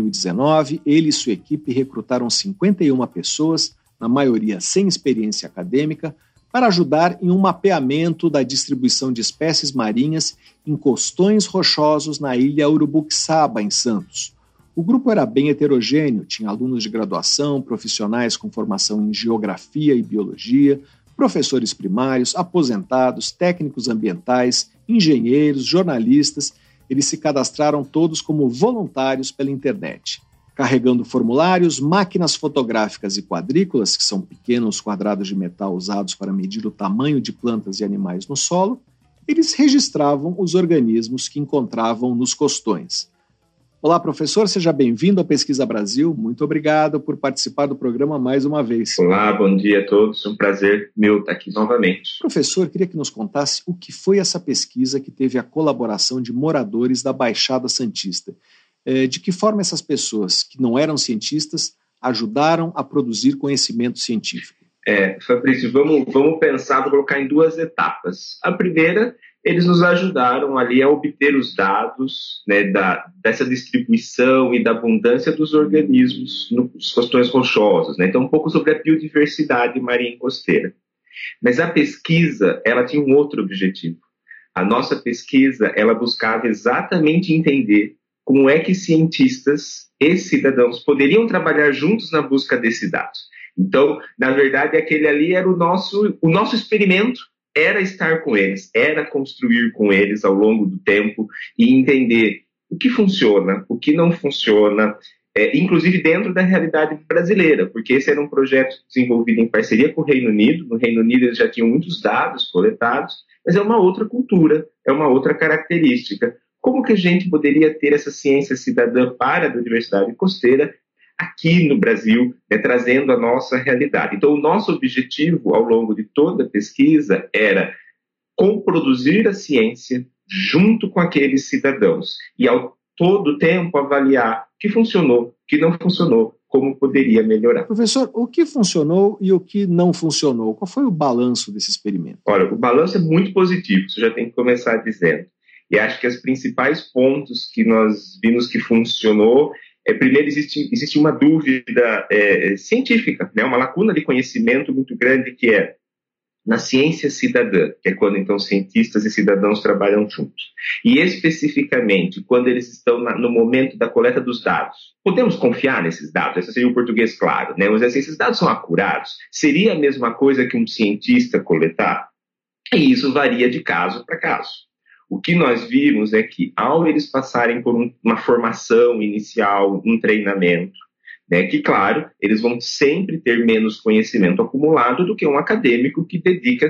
2019, ele e sua equipe recrutaram 51 pessoas, na maioria sem experiência acadêmica, para ajudar em um mapeamento da distribuição de espécies marinhas em costões rochosos na ilha Urubuxaba, em Santos. O grupo era bem heterogêneo, tinha alunos de graduação, profissionais com formação em geografia e biologia, professores primários, aposentados, técnicos ambientais, engenheiros, jornalistas. Eles se cadastraram todos como voluntários pela internet. Carregando formulários, máquinas fotográficas e quadrículas, que são pequenos quadrados de metal usados para medir o tamanho de plantas e animais no solo, eles registravam os organismos que encontravam nos costões. Olá, professor, seja bem-vindo ao Pesquisa Brasil. Muito obrigado por participar do programa mais uma vez. Olá, bom dia a todos. Um prazer meu estar aqui novamente. Professor, queria que nos contasse o que foi essa pesquisa que teve a colaboração de moradores da Baixada Santista. De que forma essas pessoas, que não eram cientistas, ajudaram a produzir conhecimento científico? Fabrício, vamos pensar, vou colocar em duas etapas. A primeira, eles nos ajudaram ali a obter os dados, né, dessa distribuição e da abundância dos organismos nos costões rochosos, né? Então, um pouco sobre a biodiversidade marinha costeira. Mas a pesquisa, ela tinha um outro objetivo. A nossa pesquisa, ela buscava exatamente entender como é que cientistas e cidadãos poderiam trabalhar juntos na busca desses dados. Então, na verdade, aquele ali era o nosso experimento, era estar com eles, era construir com eles ao longo do tempo e entender o que funciona, o que não funciona, inclusive dentro da realidade brasileira, porque esse era um projeto desenvolvido em parceria com o Reino Unido. No Reino Unido eles já tinham muitos dados coletados, mas é uma outra cultura, é uma outra característica. Como que a gente poderia ter essa ciência cidadã para a biodiversidade costeira aqui no Brasil, trazendo a nossa realidade? Então, o nosso objetivo ao longo de toda a pesquisa era comproduzir a ciência junto com aqueles cidadãos e, ao todo tempo, avaliar o que funcionou, o que não funcionou, como poderia melhorar. Professor, o que funcionou e o que não funcionou? Qual foi o balanço desse experimento? Olha, o balanço é muito positivo, isso já tem que começar dizendo. E acho que os principais pontos que nós vimos que funcionou, primeiro, existe uma dúvida científica, né? Uma lacuna de conhecimento muito grande que é na ciência cidadã, que é quando então cientistas e cidadãos trabalham juntos. E especificamente, quando eles estão no momento da coleta dos dados. Podemos confiar nesses dados? Esse seria o português claro, né? Mas assim, esses dados são acurados? Seria a mesma coisa que um cientista coletar? E isso varia de caso para caso. O que nós vimos é que, ao eles passarem por uma formação inicial, um treinamento, né, que, claro, eles vão sempre ter menos conhecimento acumulado do que um acadêmico que dedica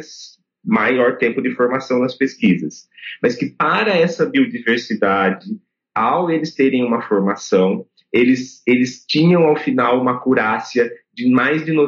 maior tempo de formação nas pesquisas. Mas que, para essa biodiversidade, ao eles terem uma formação, eles tinham, ao final, uma acurácia de mais de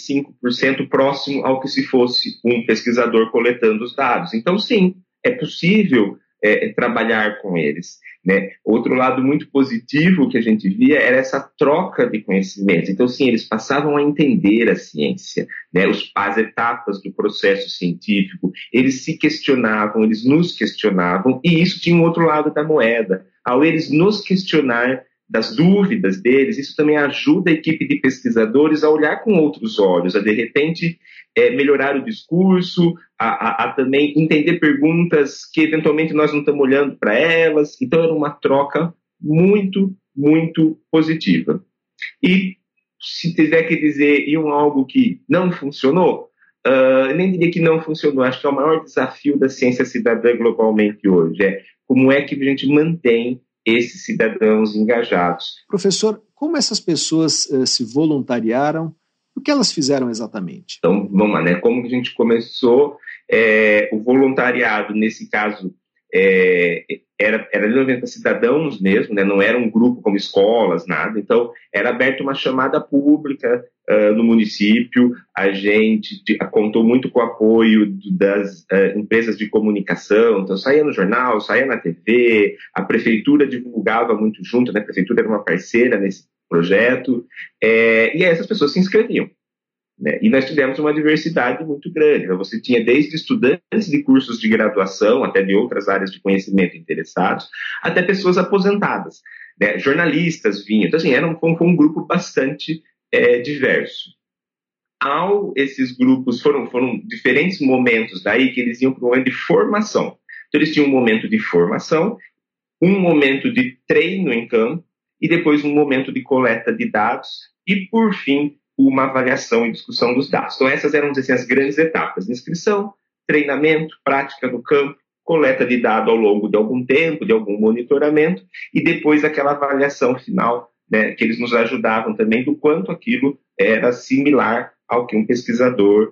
95% próximo ao que se fosse um pesquisador coletando os dados. Então, sim, é possível trabalhar com eles, né? Outro lado muito positivo que a gente via era essa troca de conhecimentos. Então, sim, eles passavam a entender a ciência, né? As etapas do processo científico, eles se questionavam, eles nos questionavam, e isso tinha um outro lado da moeda. Ao eles nos questionar das dúvidas deles, isso também ajuda a equipe de pesquisadores a olhar com outros olhos, a de repente melhorar o discurso, a também entender perguntas que eventualmente nós não estamos olhando para elas. Então era uma troca muito, muito positiva. E se tiver que dizer algo que não funcionou, nem diria que não funcionou, acho que é o maior desafio da ciência cidadã globalmente hoje, como é que a gente mantém esses cidadãos engajados. Professor, como essas pessoas se voluntariaram? O que elas fizeram exatamente? Então, vamos lá, né? Como que a gente começou? O voluntariado, nesse caso, era para cidadãos mesmo, né? Não era um grupo como escolas, nada. Então, era aberta uma chamada pública no município. A gente contou muito com o apoio das empresas de comunicação. Então, saía no jornal, saía na TV, a prefeitura divulgava muito junto, né? A prefeitura era uma parceira nesse projeto, e aí essas pessoas se inscreviam. Né? E nós tivemos uma diversidade muito grande. Você tinha desde estudantes de cursos de graduação, até de outras áreas de conhecimento interessados, até pessoas aposentadas. Né? Jornalistas vinham. Então, assim, foi um grupo bastante diverso. Esses grupos foram diferentes momentos daí que eles iam para um momento de formação. Então, eles tinham um momento de formação, um momento de treino em campo, e depois um momento de coleta de dados, e, por fim, uma avaliação e discussão dos dados. Então, essas eram, assim, as grandes etapas: inscrição, treinamento, prática no campo, coleta de dados ao longo de algum tempo, de algum monitoramento, e depois aquela avaliação final, né, que eles nos ajudavam também do quanto aquilo era similar ao que um pesquisador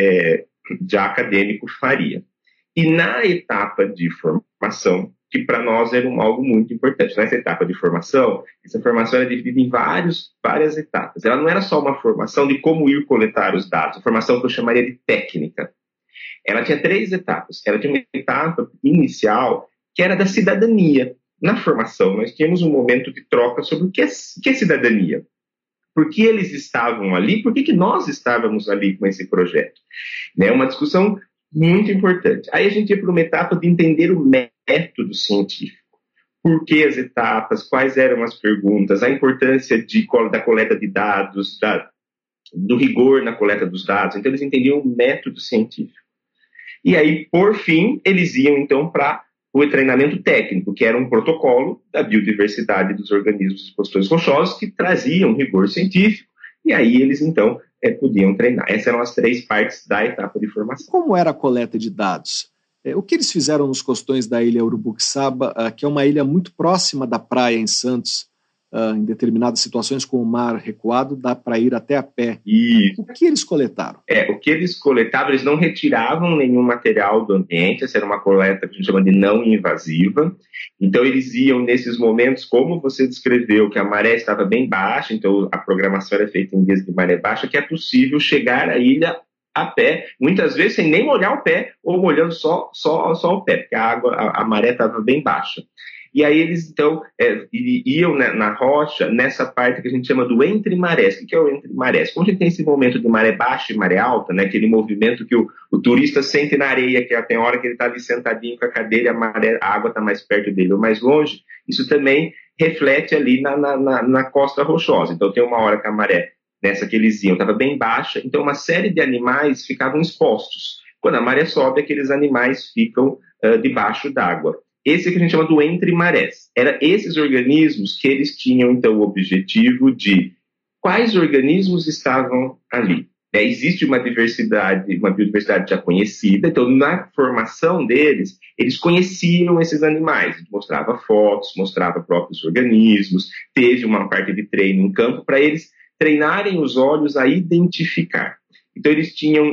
já acadêmico faria. E na etapa de formação, que para nós era algo muito importante. Nessa etapa de formação, essa formação era dividida em várias etapas. Ela não era só uma formação de como ir coletar os dados, a formação que eu chamaria de técnica. Ela tinha 3 etapas. Ela tinha uma etapa inicial, que era da cidadania. Na formação, nós tínhamos um momento de troca sobre o que é cidadania. Por que eles estavam ali? Por que nós estávamos ali com esse projeto? Né? Uma discussão muito importante. Aí a gente ia para uma etapa de entender o método científico. Por que as etapas, quais eram as perguntas, a importância da coleta de dados, do rigor na coleta dos dados. Então, eles entendiam o método científico. E aí, por fim, eles iam, então, para o treinamento técnico, que era um protocolo da biodiversidade dos organismos expositores rochosos que traziam rigor científico. E aí eles, então, podiam treinar. Essas eram as 3 partes da etapa de formação. Como era a coleta de dados? O que eles fizeram nos costões da ilha Urubuxaba, que é uma ilha muito próxima da praia em Santos, em determinadas situações com o mar recuado, dá para ir até a pé. Isso. O que eles coletaram? O que eles coletavam, eles não retiravam nenhum material do ambiente. Essa era uma coleta que a gente chama de não invasiva. Então, eles iam nesses momentos, como você descreveu, que a maré estava bem baixa, então a programação era feita em dias de maré baixa, que é possível chegar à ilha a pé, muitas vezes sem nem molhar o pé, ou molhando só o pé, porque a maré estava bem baixa. E aí eles, então, iam na rocha, nessa parte que a gente chama do entre marés. O que é o entre marés? Quando a gente tem esse momento de maré baixa e maré alta, né, aquele movimento que o turista sente na areia, que tem hora que ele está ali sentadinho com a cadeira, a água está mais perto dele ou mais longe, isso também reflete ali na costa rochosa. Então tem uma hora que a maré, nessa que eles iam, estava bem baixa, então uma série de animais ficavam expostos. Quando a maré sobe, aqueles animais ficam debaixo d'água. Esse que a gente chama do entre marés. Eram esses organismos que eles tinham, então, o objetivo de quais organismos estavam ali. Existe uma biodiversidade já conhecida, então, na formação deles, eles conheciam esses animais. A gente mostrava fotos, mostrava próprios organismos, teve uma parte de treino em campo para eles treinarem os olhos a identificar. Então, eles tinham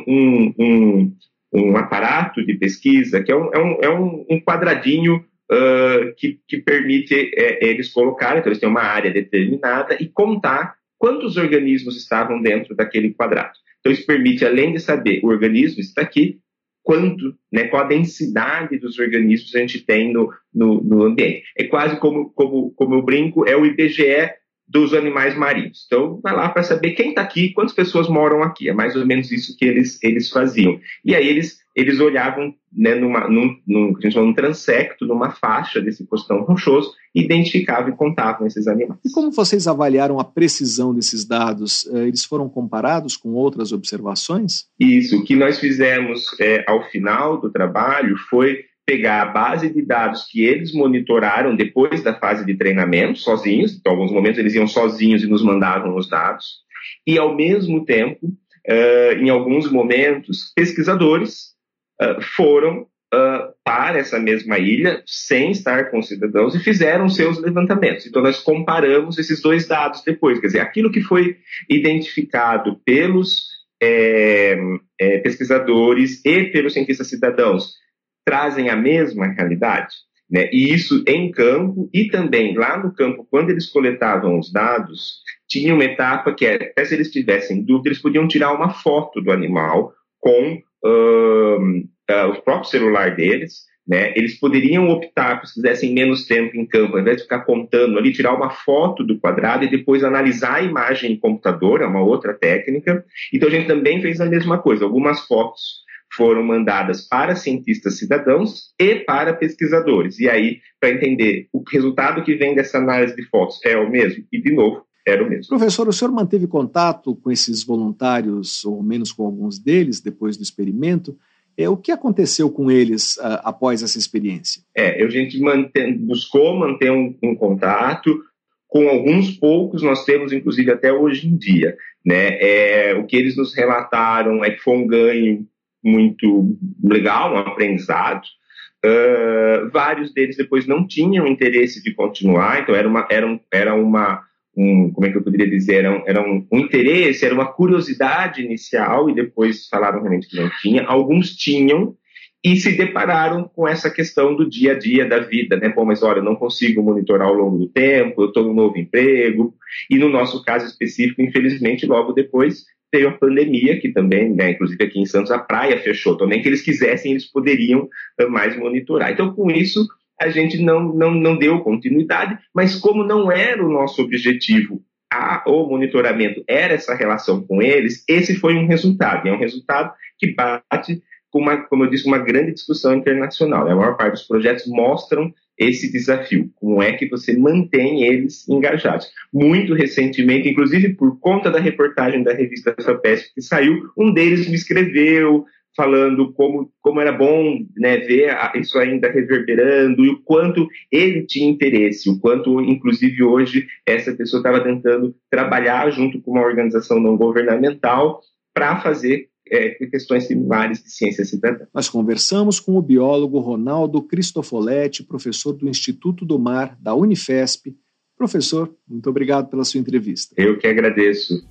um aparato de pesquisa que é um quadradinho que permite eles colocarem, então eles têm uma área determinada e contar quantos organismos estavam dentro daquele quadrado. Então isso permite, além de saber o organismo está aqui, quanto, né, qual a densidade dos organismos a gente tem no ambiente. É quase como eu brinco, é o IBGE dos animais marinhos. Então, vai lá para saber quem está aqui, quantas pessoas moram aqui. É mais ou menos isso que eles faziam. E aí eles olhavam, né, a gente chama um transecto, numa faixa desse costão rochoso, e identificavam e contavam esses animais. E como vocês avaliaram a precisão desses dados? Eles foram comparados com outras observações? Isso. O que nós fizemos ao final do trabalho foi pegar a base de dados que eles monitoraram depois da fase de treinamento, sozinhos. Então, em alguns momentos eles iam sozinhos e nos mandavam os dados. E, ao mesmo tempo, em alguns momentos, pesquisadores foram para essa mesma ilha, sem estar com cidadãos, e fizeram seus levantamentos. Então, nós comparamos esses 2 dados depois. Quer dizer, aquilo que foi identificado pelos pesquisadores e pelos cientistas cidadãos trazem a mesma realidade. né? E isso em campo e também lá no campo, quando eles coletavam os dados, tinha uma etapa que era, até se eles tivessem dúvida, eles podiam tirar uma foto do animal com o próprio celular deles, né? Eles poderiam optar, se quisessem menos tempo em campo, ao invés de ficar contando ali, tirar uma foto do quadrado e depois analisar a imagem em computador, é uma outra técnica. Então a gente também fez a mesma coisa, algumas fotos foram mandadas para cientistas cidadãos e para pesquisadores. E aí, para entender o resultado que vem dessa análise de fotos é o mesmo, e de novo, era o mesmo. Professor, o senhor manteve contato com esses voluntários, ou menos com alguns deles, depois do experimento? O que aconteceu com eles após essa experiência? A gente buscou manter um contato. Com alguns poucos nós temos, inclusive, até hoje em dia, né? O que eles nos relataram é que foi um ganho muito legal, um aprendizado. Vários deles depois não tinham interesse de continuar, então como é que eu poderia dizer, era um interesse, era uma curiosidade inicial e depois falaram realmente que não tinha. Alguns tinham e se depararam com essa questão do dia a dia da vida, né? Bom, mas olha, eu não consigo monitorar ao longo do tempo, eu estou num novo emprego. E no nosso caso específico, infelizmente, logo depois veio a pandemia, que também, né, inclusive aqui em Santos, a praia fechou. Então, nem que eles quisessem, eles poderiam mais monitorar. Então, com isso, a gente não deu continuidade, mas como não era o nosso objetivo, o monitoramento era essa relação com eles, esse foi um resultado. E é um resultado que bate com como eu disse, uma grande discussão internacional. A maior parte dos projetos mostram esse desafio. Como é que você mantém eles engajados? Muito recentemente, inclusive por conta da reportagem da revista FAPESP que saiu, um deles me escreveu falando como era bom, né, ver isso ainda reverberando e o quanto ele tinha interesse, o quanto, inclusive, hoje essa pessoa estava tentando trabalhar junto com uma organização não governamental para fazer questões similares de ciência cidadã. Nós conversamos com o biólogo Ronaldo Cristofoletti, professor do Instituto do Mar da Unifesp. Professor, muito obrigado pela sua entrevista. Eu que agradeço.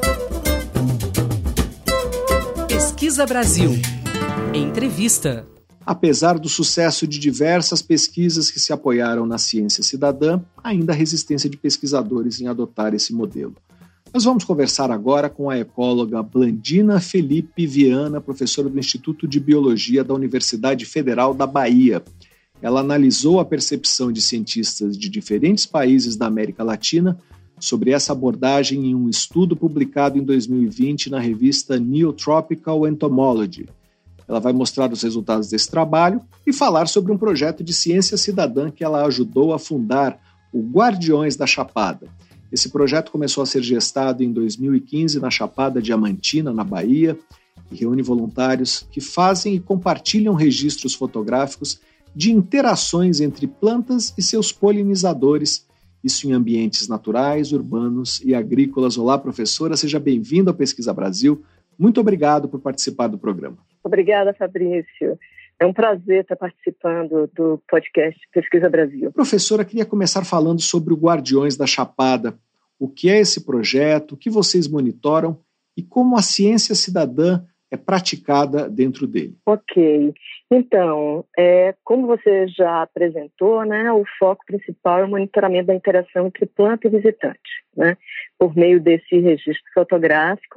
Pesquisa Brasil. Entrevista. Apesar do sucesso de diversas pesquisas que se apoiaram na ciência cidadã, ainda há resistência de pesquisadores em adotar esse modelo. Nós vamos conversar agora com a ecóloga Blandina Felipe Viana, professora do Instituto de Biologia da Universidade Federal da Bahia. Ela analisou a percepção de cientistas de diferentes países da América Latina sobre essa abordagem em um estudo publicado em 2020 na revista Neotropical Entomology. Ela vai mostrar os resultados desse trabalho e falar sobre um projeto de ciência cidadã que ela ajudou a fundar, o Guardiões da Chapada. Esse projeto começou a ser gestado em 2015 na Chapada Diamantina, na Bahia, e reúne voluntários que fazem e compartilham registros fotográficos de interações entre plantas e seus polinizadores, isso em ambientes naturais, urbanos e agrícolas. Olá, professora, seja bem-vinda ao Pesquisa Brasil. Muito obrigado por participar do programa. Obrigada, Fabrício. É um prazer estar participando do podcast Pesquisa Brasil. Professora, queria começar falando sobre o Guardiões da Chapada. O que é esse projeto, o que vocês monitoram e como a ciência cidadã é praticada dentro dele? Ok. Então, como você já apresentou, né, o foco principal é o monitoramento da interação entre planta e visitante, né, por meio desse registro fotográfico.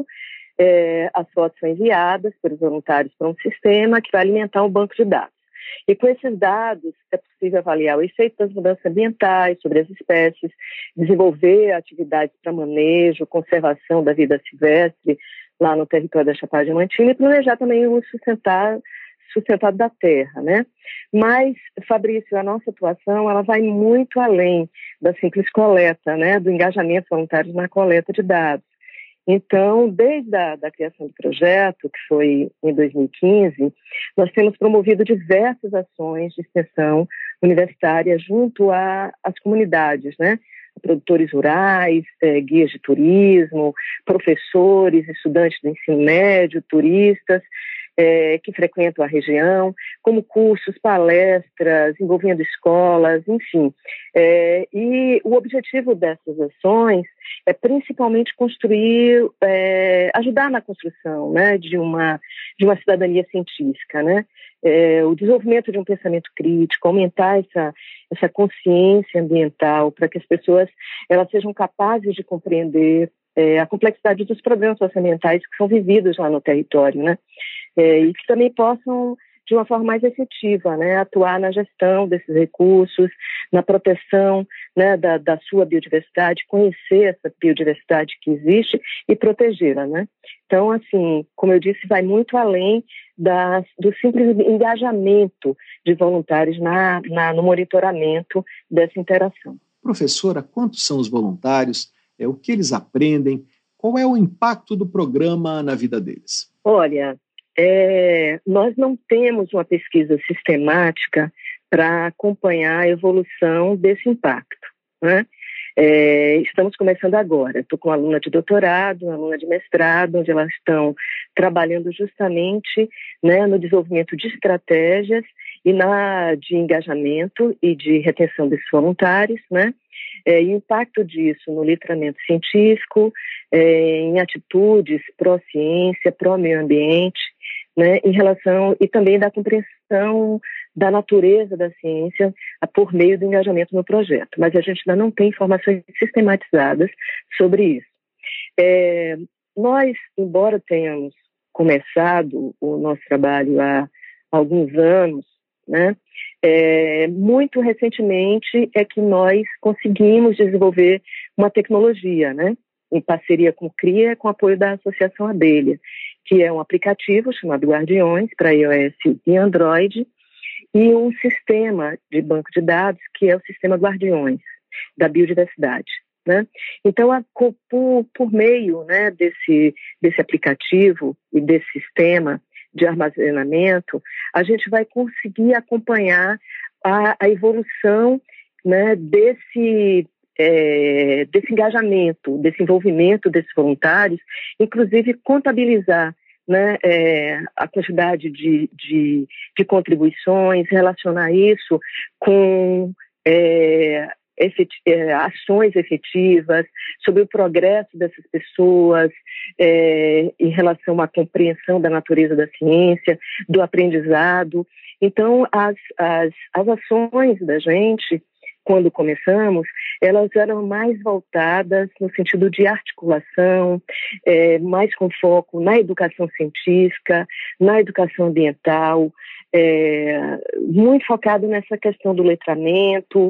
As fotos são enviadas pelos voluntários para um sistema que vai alimentar um banco de dados. E com esses dados é possível avaliar o efeito das mudanças ambientais sobre as espécies, desenvolver atividades para manejo, conservação da vida silvestre lá no território da Chapada Diamantina e planejar também o sustentado da terra, né? Mas, Fabrício, a nossa atuação ela vai muito além da simples coleta, né? Do engajamento voluntário na coleta de dados. Então, desde a criação do projeto, que foi em 2015, nós temos promovido diversas ações de extensão universitária junto às comunidades, né? Produtores rurais, guias de turismo, professores, estudantes do ensino médio, turistas, que frequentam a região, como cursos, palestras, envolvendo escolas, enfim. E o objetivo dessas ações é principalmente construir, ajudar na construção, né, de uma cidadania científica, né? O desenvolvimento de um pensamento crítico, aumentar essa consciência ambiental para que as pessoas elas sejam capazes de compreender a complexidade dos problemas socioambientais que são vividos lá no território, né? E que também possam, de uma forma mais efetiva, né, atuar na gestão desses recursos, na proteção, né, da sua biodiversidade, conhecer essa biodiversidade que existe e protegê-la, né? Então, assim, como eu disse, vai muito além do simples engajamento de voluntários no monitoramento dessa interação. Professora, quantos são os voluntários? O que eles aprendem? Qual é o impacto do programa na vida deles? Olha, nós não temos uma pesquisa sistemática para acompanhar a evolução desse impacto, né? Estamos começando agora. Estou com uma aluna de doutorado, uma aluna de mestrado, onde elas estão trabalhando justamente, né, no desenvolvimento de estratégias e de engajamento e de retenção desses voluntários, né? E o impacto disso no letramento científico, em atitudes pró-ciência, pró-meio ambiente, né, em relação e também da compreensão da natureza da ciência por meio do engajamento no projeto. Mas a gente ainda não tem informações sistematizadas sobre isso. Nós, embora tenhamos começado o nosso trabalho há alguns anos, né, muito recentemente é que nós conseguimos desenvolver uma tecnologia, né, em parceria com o CRIA, com apoio da Associação Abelha, que é um aplicativo chamado Guardiões para iOS e Android, e um sistema de banco de dados que é o sistema Guardiões da biodiversidade, né? Então, por meio, né, desse aplicativo e desse sistema de armazenamento, a gente vai conseguir acompanhar a evolução, né, desse engajamento, desse envolvimento desses voluntários, inclusive contabilizar, né, a quantidade de contribuições, relacionar isso com ações efetivas sobre o progresso dessas pessoas em relação à compreensão da natureza da ciência, do aprendizado. Então, as ações da gente, quando começamos, elas eram mais voltadas no sentido de articulação, mais com foco na educação científica, na educação ambiental, muito focado nessa questão do letramento,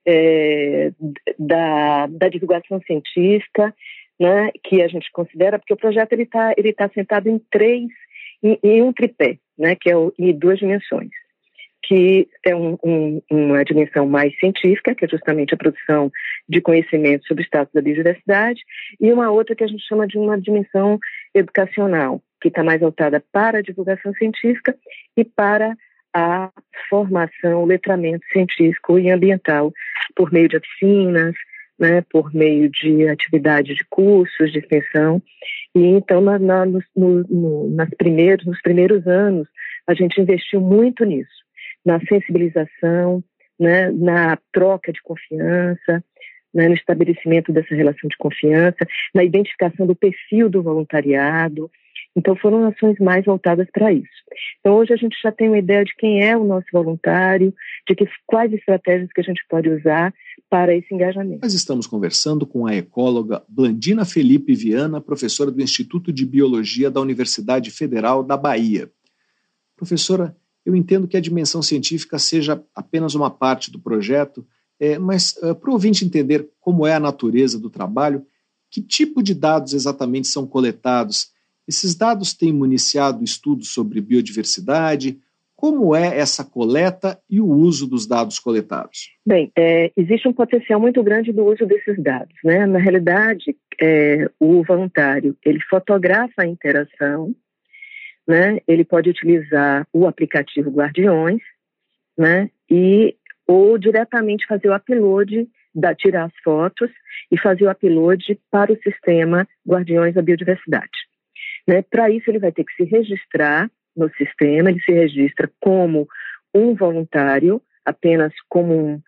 da divulgação científica, né, que a gente considera, porque o projeto ele tá sentado em um tripé, né, que é em duas dimensões, que é uma dimensão mais científica, que é justamente a produção de conhecimento sobre o estado da biodiversidade, e uma outra que a gente chama de uma dimensão educacional, que está mais voltada para a divulgação científica e para a formação, o letramento científico e ambiental, por meio de oficinas, né, por meio de atividades de cursos de extensão. E então, nos primeiros anos, a gente investiu muito nisso, na sensibilização, né, na troca de confiança, né, no estabelecimento dessa relação de confiança, na identificação do perfil do voluntariado. Então, foram ações mais voltadas para isso. Então, hoje a gente já tem uma ideia de quem é o nosso voluntário, de quais estratégias que a gente pode usar para esse engajamento. Nós estamos conversando com a ecóloga Blandina Felipe Viana, professora do Instituto de Biologia da Universidade Federal da Bahia. Professora, eu entendo que a dimensão científica seja apenas uma parte do projeto, mas para o ouvinte entender como é a natureza do trabalho, que tipo de dados exatamente são coletados? Esses dados têm municiado estudos sobre biodiversidade? Como é essa coleta e o uso dos dados coletados? Bem, existe um potencial muito grande do uso desses dados, né? Na realidade, o voluntário, ele fotografa a interação, né? Ele pode utilizar o aplicativo Guardiões, né? Ou diretamente fazer o upload, tirar as fotos e fazer o upload para o sistema Guardiões da Biodiversidade. Né? Para isso, ele vai ter que se registrar, no sistema, ele se registra como um voluntário, apenas como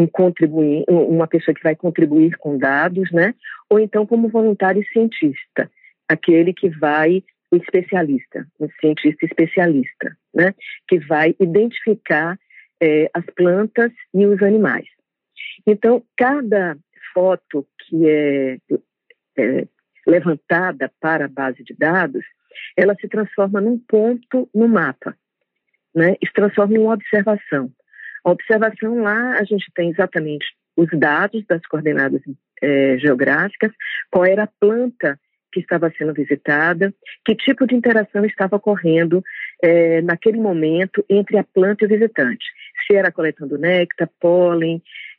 uma pessoa que vai contribuir com dados, né? Ou então como voluntário cientista, aquele que vai, o especialista, o cientista especialista, né? Que vai identificar as plantas e os animais. Então, cada foto que é levantada para a base de dados, ela se transforma num ponto no mapa, né? Se transforma em uma observação. A observação lá, a gente tem exatamente os dados das coordenadas geográficas, qual era a planta que estava sendo visitada, que tipo de interação estava ocorrendo naquele momento entre a planta e o visitante. Se era coletando néctar, pólen,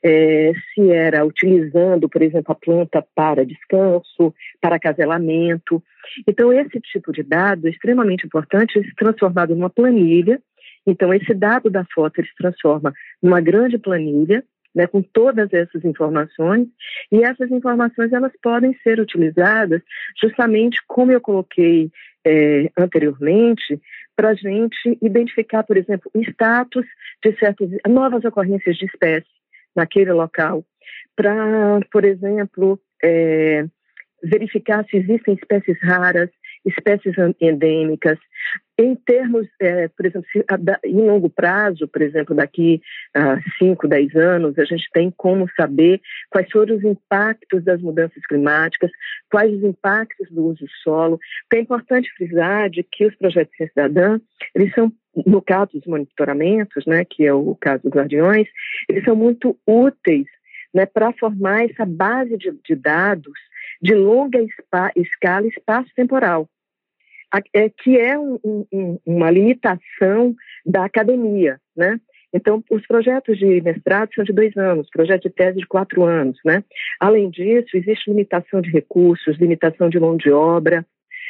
se era utilizando, por exemplo, a planta para descanso, para acasalamento. Então, esse tipo de dado é extremamente importante, se transformado numa planilha. Então, esse dado da foto ele se transforma numa grande planilha, né, com todas essas informações, e essas informações elas podem ser utilizadas justamente, como eu coloquei anteriormente, para a gente identificar, por exemplo, o status de certas novas ocorrências de espécie naquele local, para, por exemplo, verificar se existem espécies raras, espécies endêmicas. Em termos, por exemplo, em longo prazo, por exemplo, daqui a 5, 10 anos, a gente tem como saber quais foram os impactos das mudanças climáticas, quais os impactos do uso do solo. Então, é importante frisar de que os projetos de ciência cidadã, eles são, no caso dos monitoramentos, né, que é o caso dos Guardiões, eles são muito úteis, né, para formar essa base de dados de longa escala e espaço temporal, que é uma limitação da academia, né? Então, os projetos de mestrado são de 2 anos, projeto de tese de 4 anos, né? Além disso, existe limitação de recursos, limitação de mão de obra,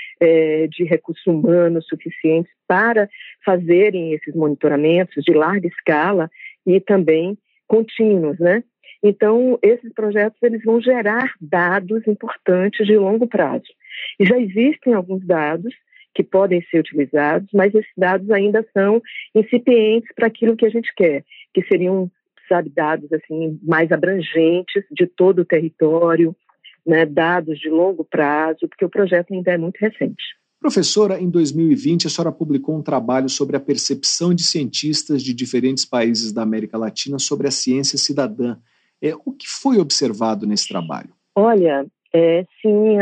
de recursos humanos suficientes para fazerem esses monitoramentos de larga escala e também contínuos, né? Então, esses projetos eles vão gerar dados importantes de longo prazo. E já existem alguns dados que podem ser utilizados, mas esses dados ainda são incipientes para aquilo que a gente quer, que seriam, dados assim, mais abrangentes de todo o território, né, dados de longo prazo, porque o projeto ainda é muito recente. Professora, em 2020, a senhora publicou um trabalho sobre a percepção de cientistas de diferentes países da América Latina sobre a ciência cidadã. O que foi observado nesse trabalho? Olha, sim,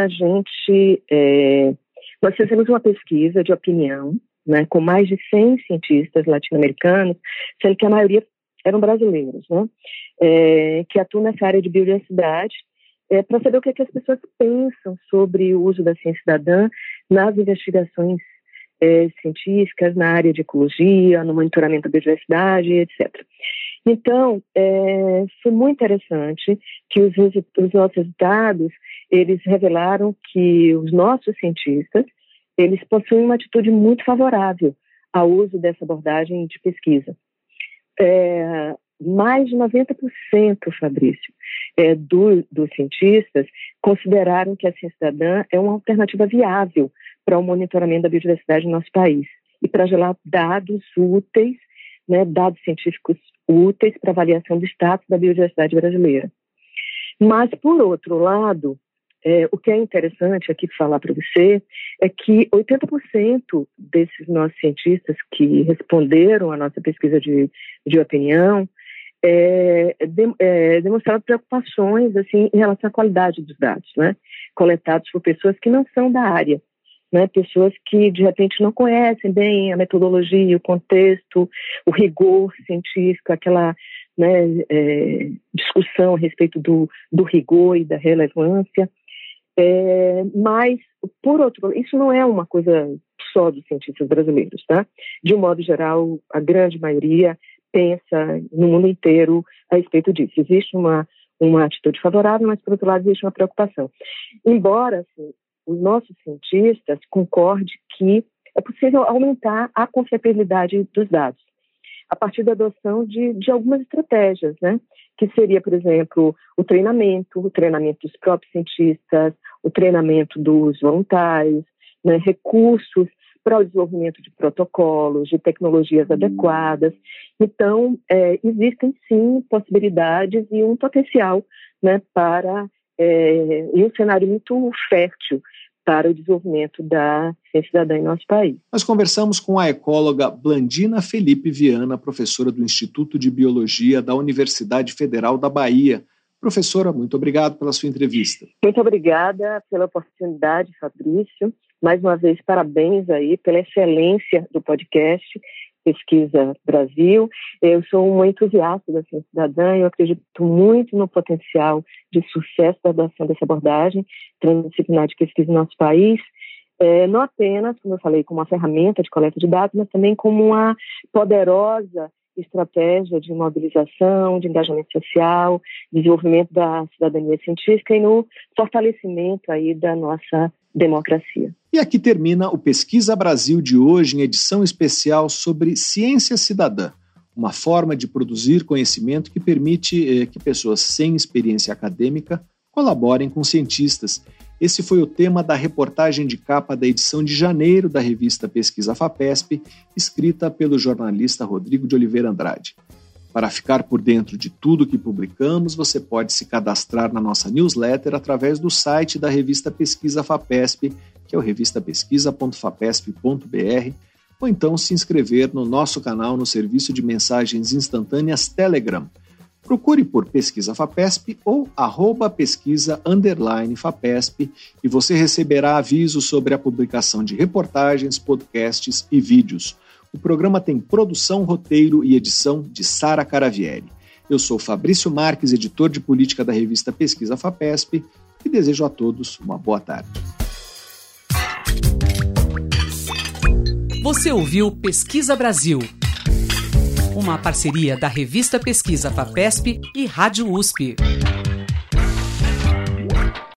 nós fizemos uma pesquisa de opinião, né, com mais de 100 cientistas latino-americanos, sendo que a maioria eram brasileiros, né, que atuam nessa área de biodiversidade, para saber o que as pessoas pensam sobre o uso da ciência cidadã nas investigações científicas, na área de ecologia, no monitoramento da biodiversidade, etc. Então, foi muito interessante que os nossos resultados, eles revelaram que os nossos cientistas, eles possuem uma atitude muito favorável ao uso dessa abordagem de pesquisa. Mais de 90%, Fabrício, dos cientistas consideraram que a ciência cidadã é uma alternativa viável para o monitoramento da biodiversidade no nosso país e para gerar dados úteis, né, dados científicos úteis para avaliação do status da biodiversidade brasileira. Mas, por outro lado, o que é interessante aqui falar para você é que 80% desses nossos cientistas que responderam à nossa pesquisa de opinião demonstraram preocupações assim, em relação à qualidade dos dados, né, coletados por pessoas que não são da área, né, pessoas que de repente não conhecem bem a metodologia, o contexto, o rigor científico, aquela, né, discussão a respeito do rigor e da relevância. Mas, por outro lado, isso não é uma coisa só dos cientistas brasileiros, tá? De um modo geral, a grande maioria pensa no mundo inteiro a respeito disso. Existe uma atitude favorável, mas, por outro lado, existe uma preocupação. Embora, assim, os nossos cientistas concordem que é possível aumentar a confiabilidade dos dados a partir da adoção de algumas estratégias, né? Que seria, por exemplo, o treinamento dos próprios cientistas, o treinamento dos voluntários, né? Recursos para o desenvolvimento de protocolos, de tecnologias adequadas. Então, existem sim possibilidades e um potencial, né, e um cenário muito fértil para o desenvolvimento da ciência cidadã em nosso país. Nós conversamos com a ecóloga Blandina Felipe Viana, professora do Instituto de Biologia da Universidade Federal da Bahia. Professora, muito obrigado pela sua entrevista. Muito obrigada pela oportunidade, Fabrício. Mais uma vez, parabéns aí pela excelência do podcast Pesquisa Brasil. Eu sou uma entusiasta da ciência cidadã e eu acredito muito no potencial de sucesso da adoção dessa abordagem transdisciplinar de pesquisa em nosso país, não apenas, como eu falei, como uma ferramenta de coleta de dados, mas também como uma poderosa estratégia de mobilização, de engajamento social, desenvolvimento da cidadania científica e no fortalecimento aí da nossa democracia. E aqui termina o Pesquisa Brasil de hoje, em edição especial sobre ciência cidadã, uma forma de produzir conhecimento que permite que pessoas sem experiência acadêmica colaborem com cientistas. Esse foi o tema da reportagem de capa da edição de janeiro da revista Pesquisa FAPESP, escrita pelo jornalista Rodrigo de Oliveira Andrade. Para ficar por dentro de tudo que publicamos, você pode se cadastrar na nossa newsletter através do site da revista Pesquisa FAPESP, que é o revistapesquisa.fapesp.br, ou então se inscrever no nosso canal no serviço de mensagens instantâneas Telegram. Procure por Pesquisa FAPESP ou @pesquisa_FAPESP e você receberá avisos sobre a publicação de reportagens, podcasts e vídeos. O programa tem produção, roteiro e edição de Sara Caravieri. Eu sou Fabrício Marques, editor de política da revista Pesquisa FAPESP, e desejo a todos uma boa tarde. Você ouviu Pesquisa Brasil, uma parceria da revista Pesquisa FAPESP e Rádio USP.